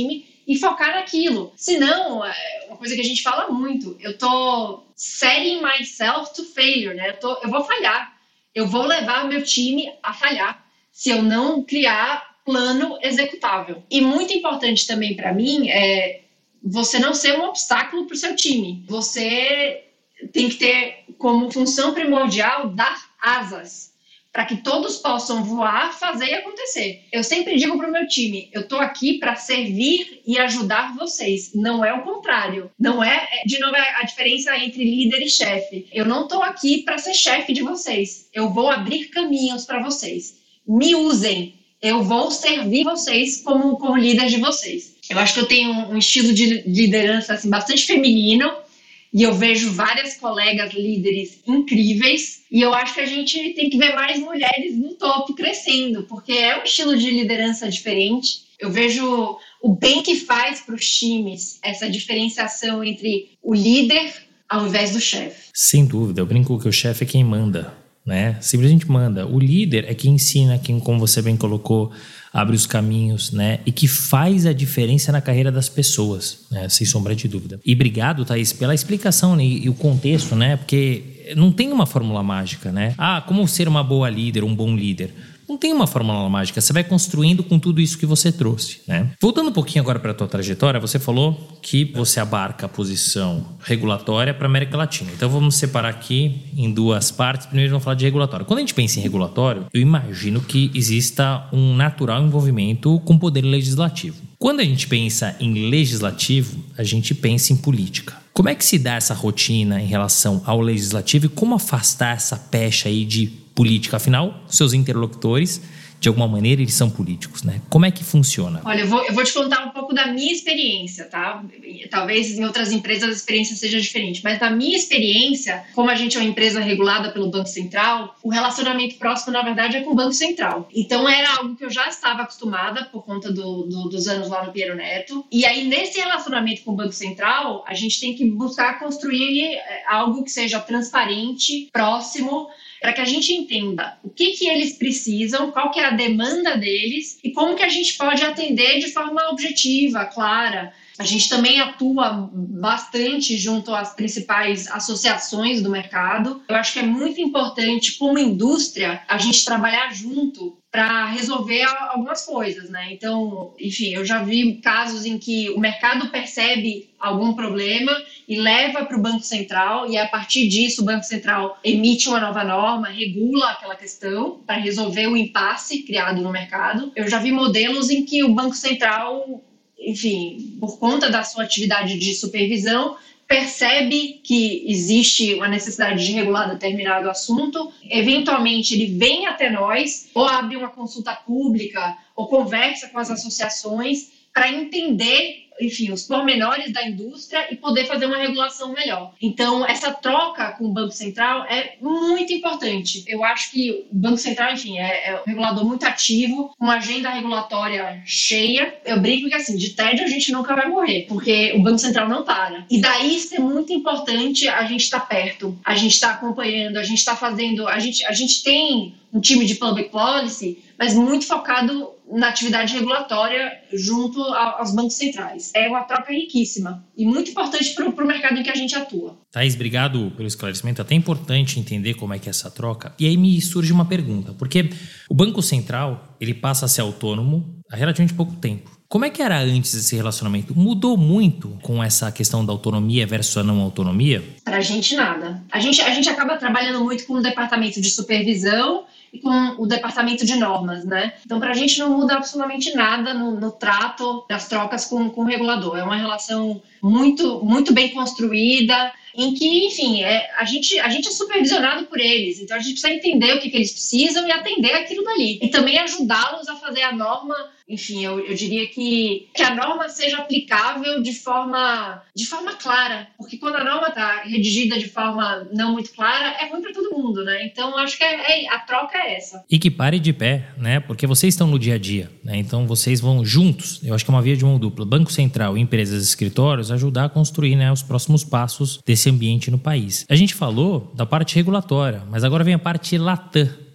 e focar naquilo. Senão, é uma coisa que a gente fala muito, eu tô setting myself to failure, né? Eu, tô, eu vou falhar. Eu vou levar o meu time a falhar se eu não criar plano executável. E muito importante também para mim é você não ser um obstáculo para o seu time. Você tem que ter como função primordial dar asas para que todos possam voar, fazer e acontecer. Eu sempre digo para o meu time, eu estou aqui para servir e ajudar vocês, não é o contrário. Não é, de novo, a diferença entre líder e chefe. Eu não estou aqui para ser chefe de vocês, eu vou abrir caminhos para vocês. Me usem, eu vou servir vocês como, como líder de vocês. Eu acho que eu tenho um, um estilo de liderança assim, bastante feminino, e eu vejo várias colegas líderes incríveis, e eu acho que a gente tem que ver mais mulheres no topo crescendo, porque é um estilo de liderança diferente. Eu vejo o bem que faz para os times essa diferenciação entre o líder ao invés do chefe. Sem dúvida, eu brinco que o chefe é quem manda, né? Simplesmente manda. O líder é quem ensina, quem, como você bem colocou, abre os caminhos, né? E que faz a diferença na carreira das pessoas, né? Sem sombra de dúvida. E obrigado, Thaís, pela explicação, né? E o contexto, né? Porque não tem uma fórmula mágica, né? Ah, como ser uma boa líder, um bom líder? Não tem uma fórmula mágica, você vai construindo com tudo isso que você trouxe, né? Voltando um pouquinho agora para a tua trajetória, você falou que você abarca a posição regulatória para a América Latina. Então vamos separar aqui em duas partes. Primeiro vamos falar de regulatório. Quando a gente pensa em regulatório, eu imagino que exista um natural envolvimento com o poder legislativo. Quando a gente pensa em legislativo, a gente pensa em política. Como é que se dá essa rotina em relação ao legislativo e como afastar essa pecha aí de política? Afinal, seus interlocutores, de alguma maneira, eles são políticos, né? Como é que funciona? Olha, eu vou, eu vou te contar um pouco da minha experiência, tá? Talvez em outras empresas a experiência seja diferente, mas da minha experiência, como a gente é uma empresa regulada pelo Banco Central, o relacionamento próximo, na verdade, é com o Banco Central. Então, era algo que eu já estava acostumada por conta do, do, dos anos lá no Pinheiro Neto. E aí, nesse relacionamento com o Banco Central, a gente tem que buscar construir algo que seja transparente, próximo, para que a gente entenda o que, que eles precisam, qual que é a demanda deles e como que a gente pode atender de forma objetiva, clara. A gente também atua bastante junto às principais associações do mercado. Eu acho que é muito importante, como indústria, a gente trabalhar junto para resolver algumas coisas, né? Então, enfim, eu já vi casos em que o mercado percebe algum problema e leva para o Banco Central, e a partir disso o Banco Central emite uma nova norma, regula aquela questão para resolver o impasse criado no mercado. Eu já vi modelos em que o Banco Central, enfim, por conta da sua atividade de supervisão, percebe que existe uma necessidade de regular determinado assunto, eventualmente ele vem até nós, ou abre uma consulta pública, ou conversa com as associações para entender, enfim, os pormenores da indústria e poder fazer uma regulação melhor. Então, essa troca com o Banco Central é muito importante. Eu acho que o Banco Central, enfim, é, é um regulador muito ativo, uma agenda regulatória cheia. Eu brinco que, assim, de tédio a gente nunca vai morrer, porque o Banco Central não para. E daí isso é muito importante a gente estar perto, a gente estar acompanhando, a gente estar fazendo... A gente, a gente tem um time de public policy, mas muito focado na atividade regulatória junto aos bancos centrais. É uma troca riquíssima e muito importante para o mercado em que a gente atua. Thaís, obrigado pelo esclarecimento. É até importante entender como é que é essa troca. E aí me surge uma pergunta, porque o Banco Central ele passa a ser autônomo há relativamente pouco tempo. Como é que era antes esse relacionamento? Mudou muito com essa questão da autonomia versus a não autonomia? Para a gente, nada. A gente, a gente acaba trabalhando muito com o departamento de supervisão e com o departamento de normas, né? Então, para a gente não muda absolutamente nada no, no trato das trocas com, com o regulador. É uma relação muito, muito bem construída, em que, enfim, é, a, gente, a gente é supervisionado por eles. Então, a gente precisa entender o que, que eles precisam e atender aquilo dali. E também ajudá-los a fazer a norma, enfim, eu, eu diria que, que a norma seja aplicável de forma, de forma clara. Porque quando a norma está redigida de forma não muito clara, é ruim para todo mundo, né? Então, acho que é, é, a troca é essa. E que pare de pé, né? Porque vocês estão no dia a dia, né? Então, vocês vão juntos, eu acho que é uma via de mão dupla, Banco Central, empresas e escritórios, ajudar a construir, né, os próximos passos desse ambiente no país. A gente falou da parte regulatória, mas agora vem a parte Latam.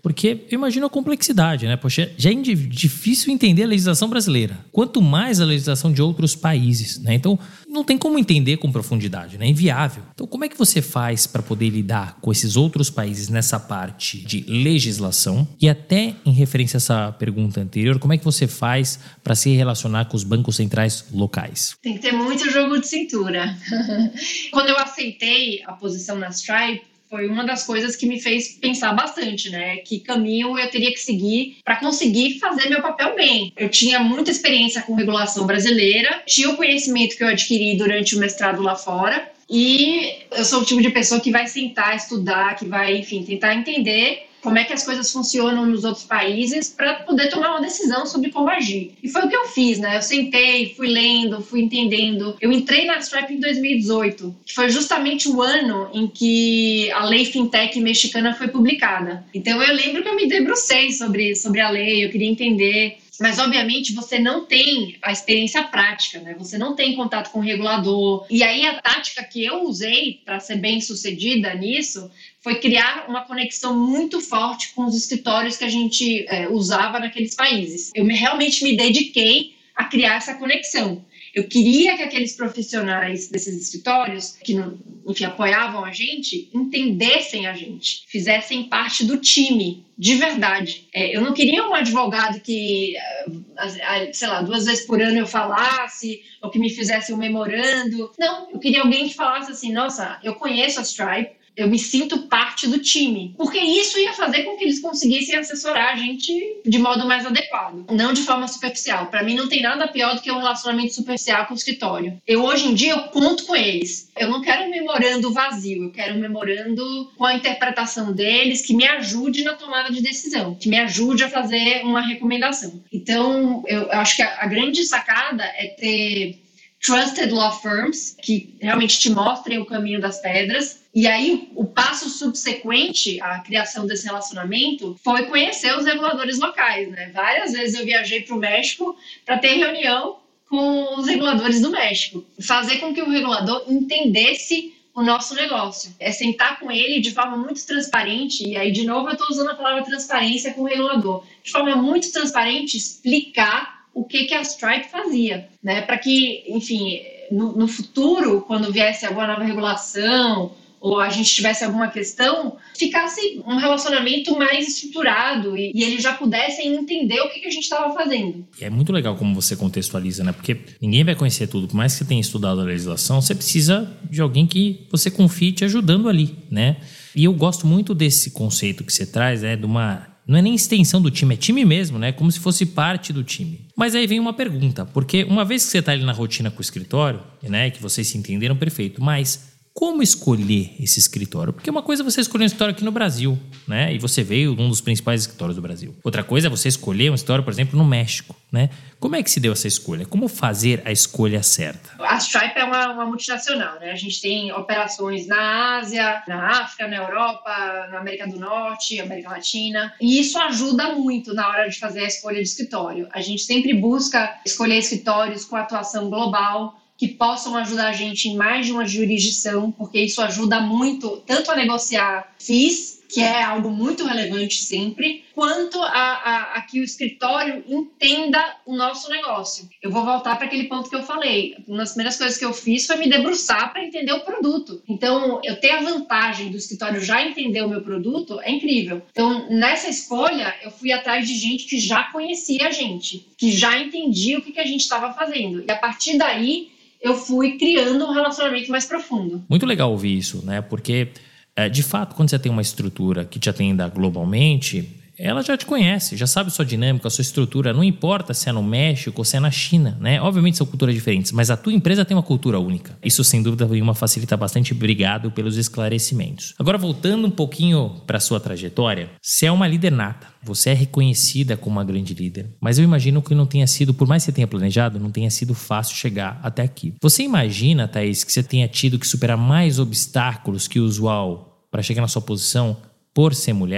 Porque eu imagino a complexidade, né? Poxa, já é difícil entender a legislação brasileira. Quanto mais a legislação de outros países, né? Então, não tem como entender com profundidade, né? É inviável. Então, como é que você faz para poder lidar com esses outros países nessa parte de legislação? E até em referência a essa pergunta anterior, como é que você faz para se relacionar com os bancos centrais locais? Tem que ter muito jogo de cintura. Quando eu aceitei a posição na Stripe, foi uma das coisas que me fez pensar bastante, né? Que caminho eu teria que seguir para conseguir fazer meu papel bem. Eu tinha muita experiência com regulação brasileira, tinha o conhecimento que eu adquiri durante o mestrado lá fora, e eu sou o tipo de pessoa que vai sentar, estudar, que vai, enfim, tentar entender como é que as coisas funcionam nos outros países para poder tomar uma decisão sobre como agir. E foi o que eu fiz, né? Eu sentei, fui lendo, fui entendendo. Eu entrei na Stripe em dois mil e dezoito, que foi justamente o ano em que a lei fintech mexicana foi publicada. Então eu lembro que eu me debrucei sobre, sobre a lei, eu queria entender. Mas, obviamente, você não tem a experiência prática, né? Você não tem contato com o regulador. E aí, a tática que eu usei para ser bem sucedida nisso foi criar uma conexão muito forte com os escritórios que a gente é, usava naqueles países. Eu me, realmente me dediquei a criar essa conexão. Eu queria que aqueles profissionais desses escritórios, que, enfim, apoiavam a gente, entendessem a gente, fizessem parte do time, de verdade. É, eu não queria um advogado que, sei lá, duas vezes por ano eu falasse, ou que me fizesse um memorando. Não, eu queria alguém que falasse assim, nossa, eu conheço a Stripe, eu me sinto parte do time. Porque isso ia fazer com que eles conseguissem assessorar a gente de modo mais adequado, não de forma superficial. Para mim não tem nada pior do que um relacionamento superficial com o escritório. Eu hoje em dia eu conto com eles. Eu não quero um memorando vazio, eu quero um memorando com a interpretação deles que me ajude na tomada de decisão, que me ajude a fazer uma recomendação. Então eu acho que a, a grande sacada é ter trusted law firms, que realmente te mostrem o caminho das pedras. E aí, o, o passo subsequente à criação desse relacionamento foi conhecer os reguladores locais, né? Várias vezes eu viajei para o México para ter reunião com os reguladores do México. Fazer com que o regulador entendesse o nosso negócio. É sentar com ele de forma muito transparente, e aí, de novo, eu estou usando a palavra transparência com o regulador. De forma muito transparente, explicar o que, que a Stripe fazia, né? Para que, enfim, no, no futuro, quando viesse alguma nova regulação ou a gente tivesse alguma questão, ficasse um relacionamento mais estruturado e, e eles já pudessem entender o que, que a gente estava fazendo. E é muito legal como você contextualiza, né? Porque ninguém vai conhecer tudo. Por mais que você tenha estudado a legislação, você precisa de alguém que você confie te ajudando ali, né? E eu gosto muito desse conceito que você traz, né? De uma... Não é nem extensão do time, é time mesmo, né? Como se fosse parte do time. Mas aí vem uma pergunta, porque uma vez que você está ali na rotina com o escritório, né? Que vocês se entenderam, perfeito, mas como escolher esse escritório? Porque uma coisa é você escolher um escritório aqui no Brasil, né? E você veio num dos principais escritórios do Brasil. Outra coisa é você escolher um escritório, por exemplo, no México, né? Como é que se deu essa escolha? Como fazer a escolha certa? A Stripe é uma, uma multinacional, né? A gente tem operações na Ásia, na África, na Europa, na América do Norte, América Latina. E isso ajuda muito na hora de fazer a escolha de escritório. A gente sempre busca escolher escritórios com atuação global, que possam ajudar a gente em mais de uma jurisdição, porque isso ajuda muito, tanto a negociar F I Is, que é algo muito relevante sempre, quanto a, a, a que o escritório entenda o nosso negócio. Eu vou voltar para aquele ponto que eu falei. Uma das primeiras coisas que eu fiz foi me debruçar para entender o produto. Então, eu ter a vantagem do escritório já entender o meu produto é incrível. Então, nessa escolha, eu fui atrás de gente que já conhecia a gente, que já entendia o que, que a gente estava fazendo. E a partir daí, eu fui criando um relacionamento mais profundo. Muito legal ouvir isso, né? Porque, de fato, quando você tem uma estrutura que te atenda globalmente, ela já te conhece, já sabe a sua dinâmica, a sua estrutura. Não importa se é no México ou se é na China, né? Obviamente são culturas diferentes, mas a tua empresa tem uma cultura única. Isso, sem dúvida nenhuma, facilita bastante. Obrigado pelos esclarecimentos. Agora, voltando um pouquinho para a sua trajetória, você é uma líder nata. Você é reconhecida como uma grande líder. Mas eu imagino que não tenha sido, por mais que você tenha planejado, não tenha sido fácil chegar até aqui. Você imagina, Thaís, que você tenha tido que superar mais obstáculos que o usual para chegar na sua posição por ser mulher?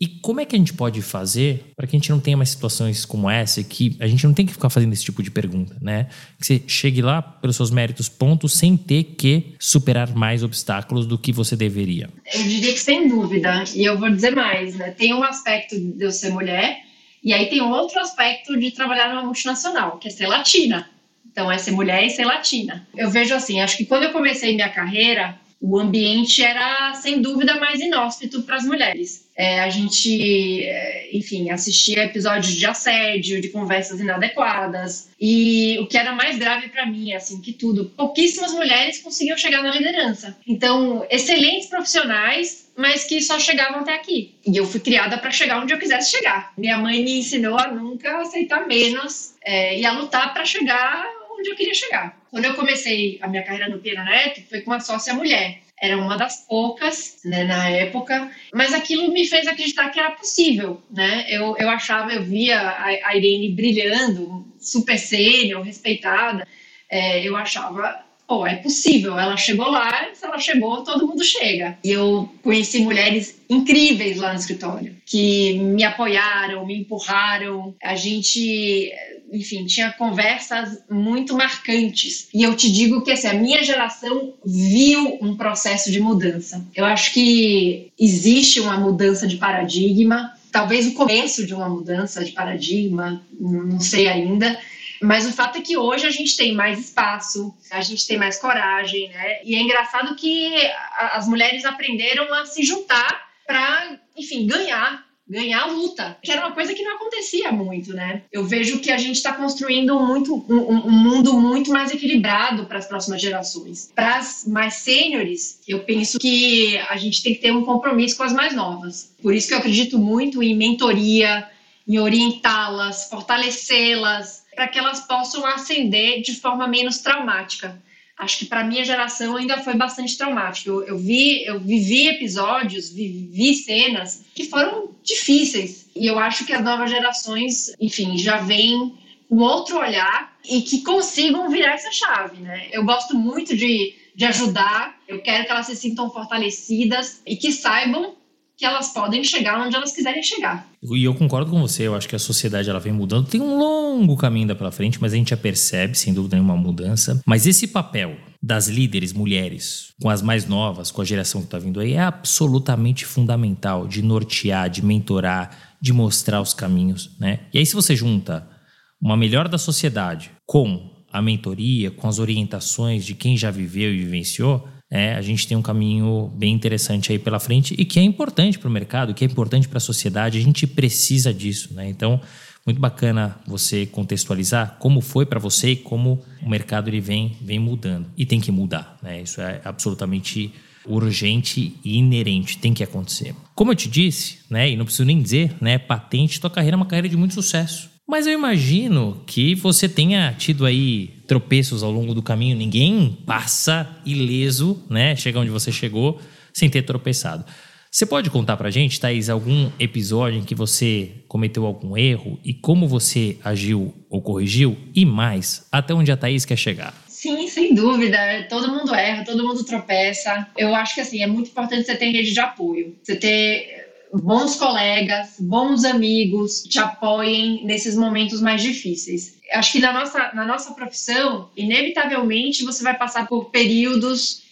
E como é que a gente pode fazer para que a gente não tenha mais situações como essa, que a gente não tem que ficar fazendo esse tipo de pergunta, né? Que você chegue lá pelos seus méritos, ponto, sem ter que superar mais obstáculos do que você deveria. Eu diria que sem dúvida, e eu vou dizer mais, né? Tem um aspecto de eu ser mulher, e aí tem outro aspecto de trabalhar numa multinacional, que é ser latina. Então, é ser mulher e ser latina. Eu vejo assim, acho que quando eu comecei minha carreira, o ambiente era, sem dúvida, mais inóspito para as mulheres. É, a gente, enfim, assistia episódios de assédio, de conversas inadequadas. E o que era mais grave para mim, assim, que tudo, pouquíssimas mulheres conseguiam chegar na liderança. Então, excelentes profissionais, mas que só chegavam até aqui. E eu fui criada para chegar onde eu quisesse chegar. Minha mãe me ensinou a nunca aceitar menos é, e a lutar para chegar onde eu queria chegar. Quando eu comecei a minha carreira no Piano Neto, foi com uma sócia mulher. Era uma das poucas, né, na época, mas aquilo me fez acreditar que era possível, né? Eu, eu achava, eu via a, a Irene brilhando, super sênior, respeitada, é, eu achava, pô, é possível, ela chegou lá, se ela chegou, todo mundo chega. E eu conheci mulheres incríveis lá no escritório, que me apoiaram, me empurraram, a gente... Enfim, tinha conversas muito marcantes. E eu te digo que assim, a minha geração viu um processo de mudança. Eu acho que existe uma mudança de paradigma, talvez o começo de uma mudança de paradigma, não sei ainda. Mas o fato é que hoje a gente tem mais espaço, a gente tem mais coragem, né? E é engraçado que as mulheres aprenderam a se juntar para, enfim, ganhar. ganhar a luta, que era uma coisa que não acontecia muito, né? Eu vejo que a gente está construindo muito, um, um mundo muito mais equilibrado para as próximas gerações. Para as mais sêniores, eu penso que a gente tem que ter um compromisso com as mais novas. Por isso que eu acredito muito em mentoria, em orientá-las, fortalecê-las, para que elas possam ascender de forma menos traumática. Acho que para a minha geração ainda foi bastante traumático. Eu, eu, vi, eu vivi episódios, vivi cenas que foram difíceis. E eu acho que as novas gerações, enfim, já vêm com outro olhar e que consigam virar essa chave, né? Eu gosto muito de, de ajudar, eu quero que elas se sintam fortalecidas e que saibam que elas podem chegar onde elas quiserem chegar. E eu concordo com você, eu acho que a sociedade ela vem mudando, tem um longo caminho ainda pela frente, mas a gente já percebe, sem dúvida nenhuma, mudança. Mas esse papel das líderes mulheres, com as mais novas, com a geração que está vindo aí, é absolutamente fundamental de nortear, de mentorar, de mostrar os caminhos, né? E aí se você junta uma melhora da sociedade com a mentoria, com as orientações de quem já viveu e vivenciou, É, a gente tem um caminho bem interessante aí pela frente e que é importante para o mercado, que é importante para a sociedade. A gente precisa disso, né? Então, muito bacana você contextualizar como foi para você e como o mercado ele vem, vem mudando. E tem que mudar, né? Isso é absolutamente urgente e inerente, tem que acontecer. Como eu te disse, né, e não preciso nem dizer, né, patente, tua carreira é uma carreira de muito sucesso. Mas eu imagino que você tenha tido aí tropeços ao longo do caminho. Ninguém passa ileso, né? Chega onde você chegou sem ter tropeçado. Você pode contar pra gente, Thaís, algum episódio em que você cometeu algum erro e como você agiu ou corrigiu? E mais, até onde a Thaís quer chegar? Sim, sem dúvida. Todo mundo erra, todo mundo tropeça. Eu acho que assim, é muito importante você ter rede de apoio. Você ter bons colegas, bons amigos te apoiem nesses momentos mais difíceis. Acho que na nossa, na nossa profissão, inevitavelmente você vai passar por períodos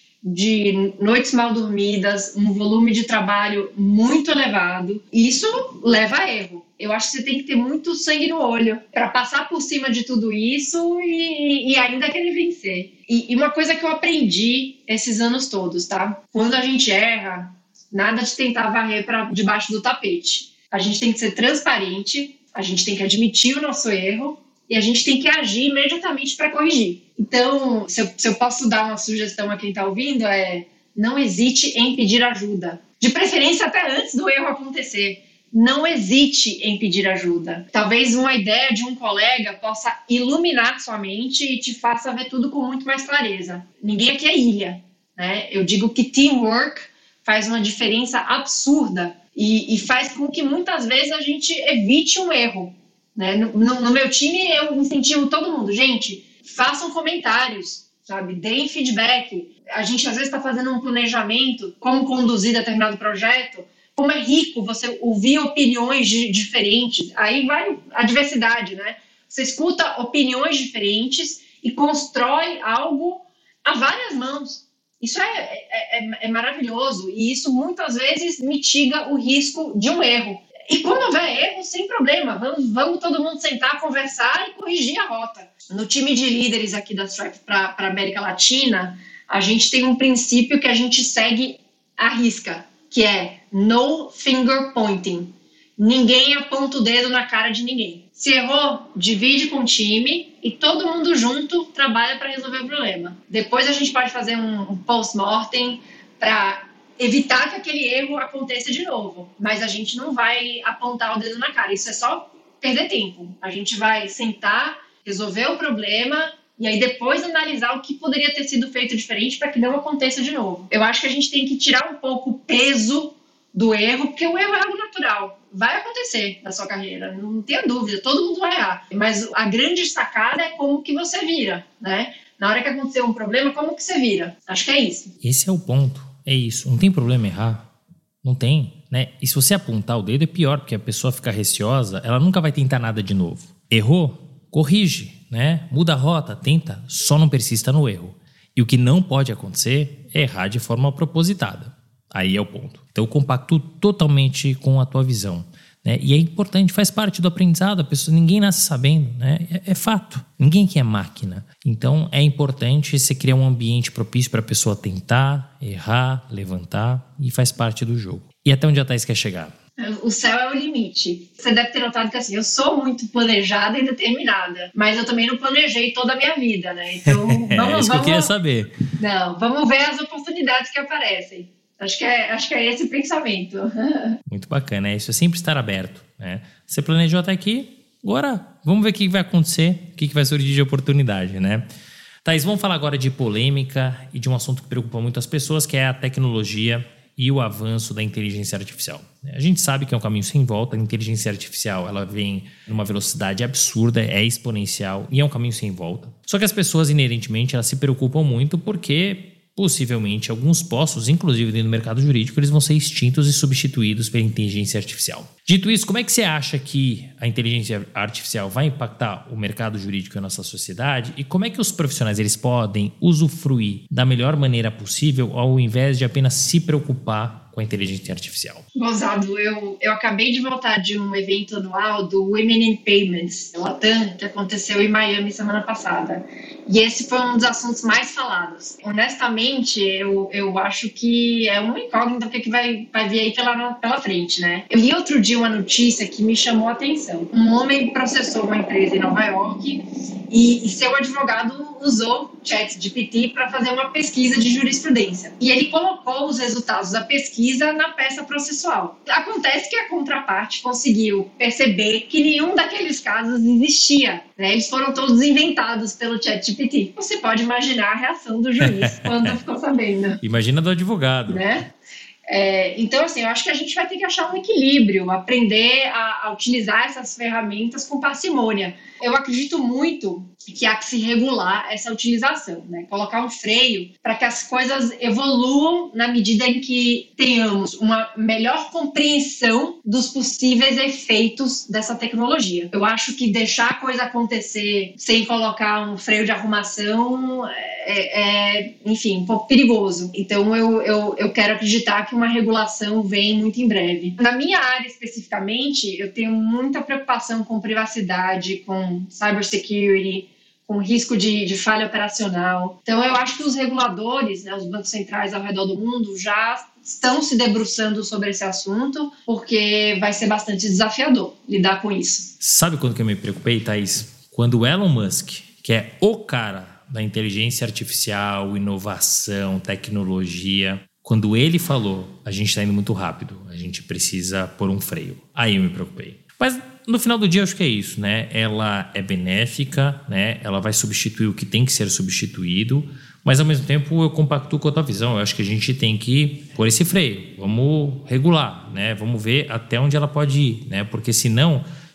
de noites mal dormidas, um volume de trabalho muito elevado. E isso leva a erro. Eu acho que você tem que ter muito sangue no olho para passar por cima de tudo isso e, e ainda querer vencer. E, e uma coisa que eu aprendi esses anos todos, tá? Quando a gente erra, nada de tentar varrer para debaixo do tapete. A gente tem que ser transparente, a gente tem que admitir o nosso erro e a gente tem que agir imediatamente para corrigir. Então, se eu, se eu posso dar uma sugestão a quem está ouvindo, é não hesite em pedir ajuda. De preferência até antes do erro acontecer. Não hesite em pedir ajuda. Talvez uma ideia de um colega possa iluminar sua mente e te faça ver tudo com muito mais clareza. Ninguém aqui é ilha, né? Eu digo que teamwork faz uma diferença absurda e, e faz com que muitas vezes a gente evite um erro, né? No, no, no meu time eu incentivo todo mundo, gente, façam comentários, sabe? Deem feedback. A gente às vezes está fazendo um planejamento, como conduzir determinado projeto. como é rico você ouvir opiniões diferentes. Aí vai a diversidade, né? Você escuta opiniões diferentes e constrói algo a várias mãos. Isso é, é, é maravilhoso e isso muitas vezes mitiga o risco de um erro. E quando houver erro, sem problema, vamos, vamos todo mundo sentar, conversar e corrigir a rota. No time de líderes aqui da Stripe para a América Latina, a gente tem um princípio que a gente segue à risca, que é no finger pointing. Ninguém aponta o dedo na cara de ninguém. Se errou, divide com o time e todo mundo junto trabalha para resolver o problema. Depois a gente pode fazer um, um post-mortem para evitar que aquele erro aconteça de novo. Mas a gente não vai apontar o dedo na cara. Isso é só perder tempo. A gente vai sentar, resolver o problema e aí depois analisar o que poderia ter sido feito diferente para que não aconteça de novo. Eu acho que a gente tem que tirar um pouco o peso do erro, porque o erro é algo natural. Vai acontecer na sua carreira, não tenha dúvida, todo mundo vai errar. Mas a grande sacada é como que você vira, né? Na hora que acontecer um problema, como que você vira? Acho que é isso. Esse é o ponto, é isso. Não tem problema errar, não tem, né? E se você apontar o dedo é pior, porque a pessoa fica receosa, ela nunca vai tentar nada de novo. Errou? Corrige, né? Muda a rota, tenta, só não persista no erro. E o que não pode acontecer é errar de forma propositada. Aí é o ponto. Então eu compactuo totalmente com a tua visão, né? E é importante, faz parte do aprendizado, a pessoa, ninguém nasce sabendo, né? É, é fato, ninguém aqui é máquina. Então é importante você criar um ambiente propício para a pessoa tentar, errar, levantar e faz parte do jogo. E até onde a Thaís quer chegar? O céu é o limite. Você deve ter notado que assim, eu sou muito planejada e determinada, mas eu também não planejei toda a minha vida, né? Então vamos, é isso vamos, que eu queria saber. Não, vamos ver as oportunidades que aparecem. Acho que, é, acho que é esse o pensamento. Muito bacana, é isso, é sempre estar aberto, né? Você planejou até aqui, agora vamos ver o que vai acontecer, o que vai surgir de oportunidade, né? Thaís, vamos falar agora de polêmica e de um assunto que preocupa muito as pessoas, que é a tecnologia e o avanço da inteligência artificial. A gente sabe que é um caminho sem volta, a inteligência artificial ela vem numa velocidade absurda, é exponencial e é um caminho sem volta. Só que as pessoas, inerentemente, elas se preocupam muito porque possivelmente alguns postos, inclusive dentro do mercado jurídico, eles vão ser extintos e substituídos pela inteligência artificial. Dito isso, como é que você acha que a inteligência artificial vai impactar o mercado jurídico e a nossa sociedade? E como é que os profissionais eles podem usufruir da melhor maneira possível ao invés de apenas se preocupar com a inteligência artificial? Gonzalo, eu, eu acabei de voltar de um evento anual do Women in Payments, Latam, que aconteceu em Miami semana passada. E esse foi um dos assuntos mais falados. Honestamente, eu, eu acho que é uma incógnita o que vai, vai vir aí pela, pela frente, né? Eu li outro dia uma notícia que me chamou a atenção. Um homem processou uma empresa em Nova York e, e seu advogado usou ChatGPT para fazer uma pesquisa de jurisprudência. E ele colocou os resultados da pesquisa na peça processual. Acontece que a contraparte conseguiu perceber que nenhum daqueles casos existia, né? Eles foram todos inventados pelo ChatGPT. Você pode imaginar a reação do juiz quando ficou sabendo. Imagina do advogado. Né? É, então, assim, eu acho que a gente vai ter que achar um equilíbrio, aprender a, a utilizar essas ferramentas com parcimônia. Eu acredito muito que há que se regular essa utilização, né? Colocar um freio para que as coisas evoluam na medida em que tenhamos uma melhor compreensão dos possíveis efeitos dessa tecnologia. Eu acho que deixar a coisa acontecer sem colocar um freio de arrumação é, é enfim, um pouco perigoso. Então, eu, eu, eu quero acreditar que uma regulação vem muito em breve. Na minha área, especificamente, eu tenho muita preocupação com privacidade, com cybersecurity, com risco de, de falha operacional. Então, eu acho que os reguladores, né, os bancos centrais ao redor do mundo, já estão se debruçando sobre esse assunto, porque vai ser bastante desafiador lidar com isso. Sabe quando que eu me preocupei, Thaís? Quando o Elon Musk, que é o cara da inteligência artificial, inovação, tecnologia, quando ele falou, a gente está indo muito rápido, a gente precisa pôr um freio. Aí eu me preocupei. Mas no final do dia, acho que é isso, né? Ela é benéfica, né? Ela vai substituir o que tem que ser substituído, mas ao mesmo tempo eu compactuo com a tua visão. Eu acho que a gente tem que pôr esse freio, vamos regular, né? Vamos ver até onde ela pode ir, né? Porque senão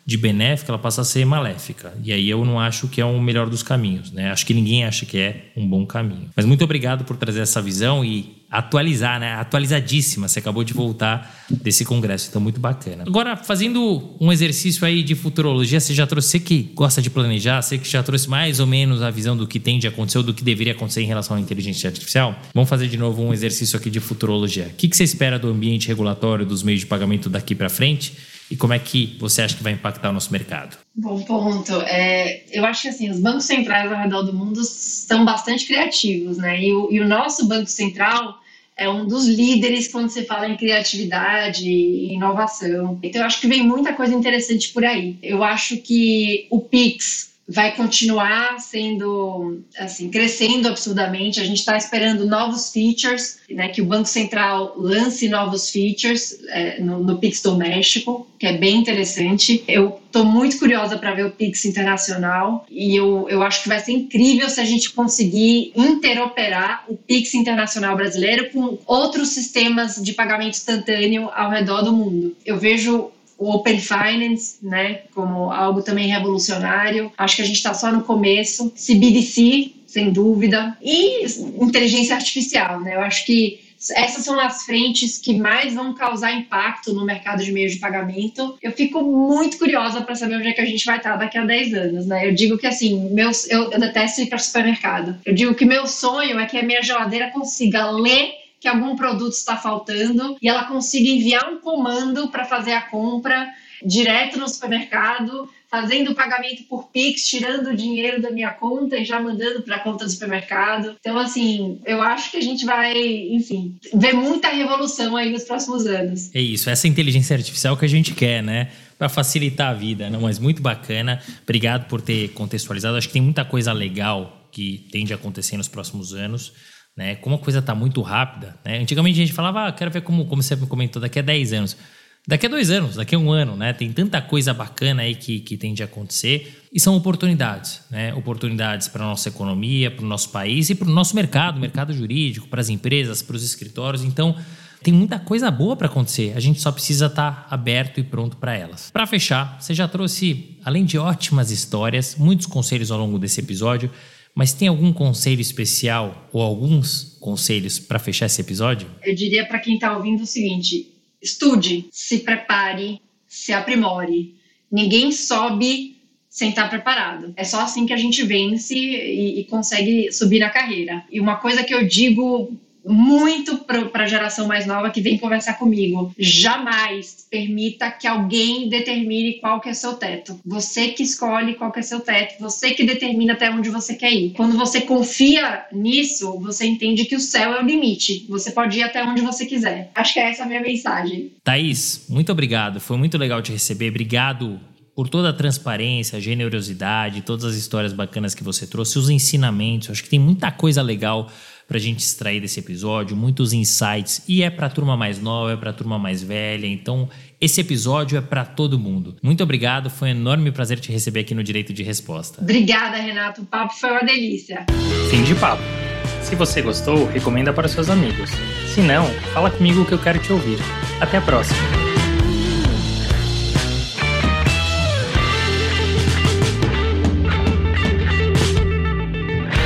de benéfica, ela passa a ser maléfica. E aí eu não acho que é o melhor dos caminhos, né? Acho que ninguém acha que é um bom caminho. Mas muito obrigado por trazer essa visão e atualizar, né? Atualizadíssima. Você acabou de voltar desse congresso, então muito bacana. Agora, fazendo um exercício aí de futurologia, você já trouxe, você que gosta de planejar, você que já trouxe mais ou menos a visão do que tem de acontecer ou do que deveria acontecer em relação à inteligência artificial. Vamos fazer de novo um exercício aqui de futurologia. O que, que você espera do ambiente regulatório dos meios de pagamento daqui para frente? E como é que você acha que vai impactar o nosso mercado? Bom ponto. É, eu acho que assim, os bancos centrais ao redor do mundo são bastante criativos, né? E o, e o nosso Banco Central é um dos líderes quando se fala em criatividade e inovação. Então, eu acho que vem muita coisa interessante por aí. Eu acho que o Pix vai continuar sendo, assim, crescendo absurdamente. A gente está esperando novos features, né, que o Banco Central lance novos features é, no, no Pix doméstico, que é bem interessante. Eu estou muito curiosa para ver o Pix internacional e eu, eu acho que vai ser incrível se a gente conseguir interoperar o Pix internacional brasileiro com outros sistemas de pagamento instantâneo ao redor do mundo. Eu vejo o Open Finance, né, como algo também revolucionário. Acho que a gente está só no começo. C B D C, sem dúvida. E inteligência artificial, né? Eu acho que essas são as frentes que mais vão causar impacto no mercado de meios de pagamento. Eu fico muito curiosa para saber onde é que a gente vai estar daqui a dez anos, né? Eu digo que, assim, meus, eu, eu detesto ir para o supermercado. Eu digo que meu sonho é que a minha geladeira consiga ler que algum produto está faltando e ela consiga enviar um comando para fazer a compra direto no supermercado, fazendo o pagamento por Pix, tirando o dinheiro da minha conta e já mandando para a conta do supermercado. Então, assim, eu acho que a gente vai, enfim, ver muita revolução aí nos próximos anos. É isso, essa inteligência artificial que a gente quer, né? Para facilitar a vida, não? Mas muito bacana. Obrigado por ter contextualizado. Acho que tem muita coisa legal que tende a acontecer nos próximos anos. Né? Como a coisa está muito rápida, né? Antigamente a gente falava, ah, quero ver como, como você comentou, daqui a dez anos. Daqui a dois anos, daqui a um ano, né? Tem tanta coisa bacana aí que, que tende a acontecer e são oportunidades, né? Oportunidades para a nossa economia, para o nosso país e para o nosso mercado, mercado jurídico, para as empresas, para os escritórios. Então, tem muita coisa boa para acontecer. A gente só precisa estar aberto e pronto para elas. Para fechar, você já trouxe, além de ótimas histórias, muitos conselhos ao longo desse episódio. Mas tem algum conselho especial ou alguns conselhos para fechar esse episódio? Eu diria para quem está ouvindo o seguinte: estude, se prepare, se aprimore. Ninguém sobe sem estar preparado. É só assim que a gente vence e, e consegue subir na carreira. E uma coisa que eu digo muito para a geração mais nova que vem conversar comigo: jamais permita que alguém determine qual que é seu teto. Você que escolhe qual que é seu teto, você que determina até onde você quer ir. Quando você confia nisso, você entende que o céu é o limite. Você pode ir até onde você quiser. Acho que essa é a minha mensagem. Thaís, muito obrigado. Foi muito legal te receber. Obrigado por toda a transparência, a generosidade, todas as histórias bacanas que você trouxe, os ensinamentos. Acho que tem muita coisa legal pra gente extrair desse episódio, muitos insights, e é pra turma mais nova, é pra turma mais velha, então esse episódio é pra todo mundo. Muito obrigado, foi um enorme prazer te receber aqui no Direito de Resposta. Obrigada, Renato, o papo foi uma delícia. Fim de papo. Se você gostou, recomenda para seus amigos. Se não, fala comigo que eu quero te ouvir. Até a próxima.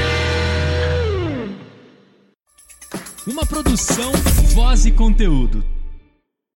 Uma produção, voz e conteúdo.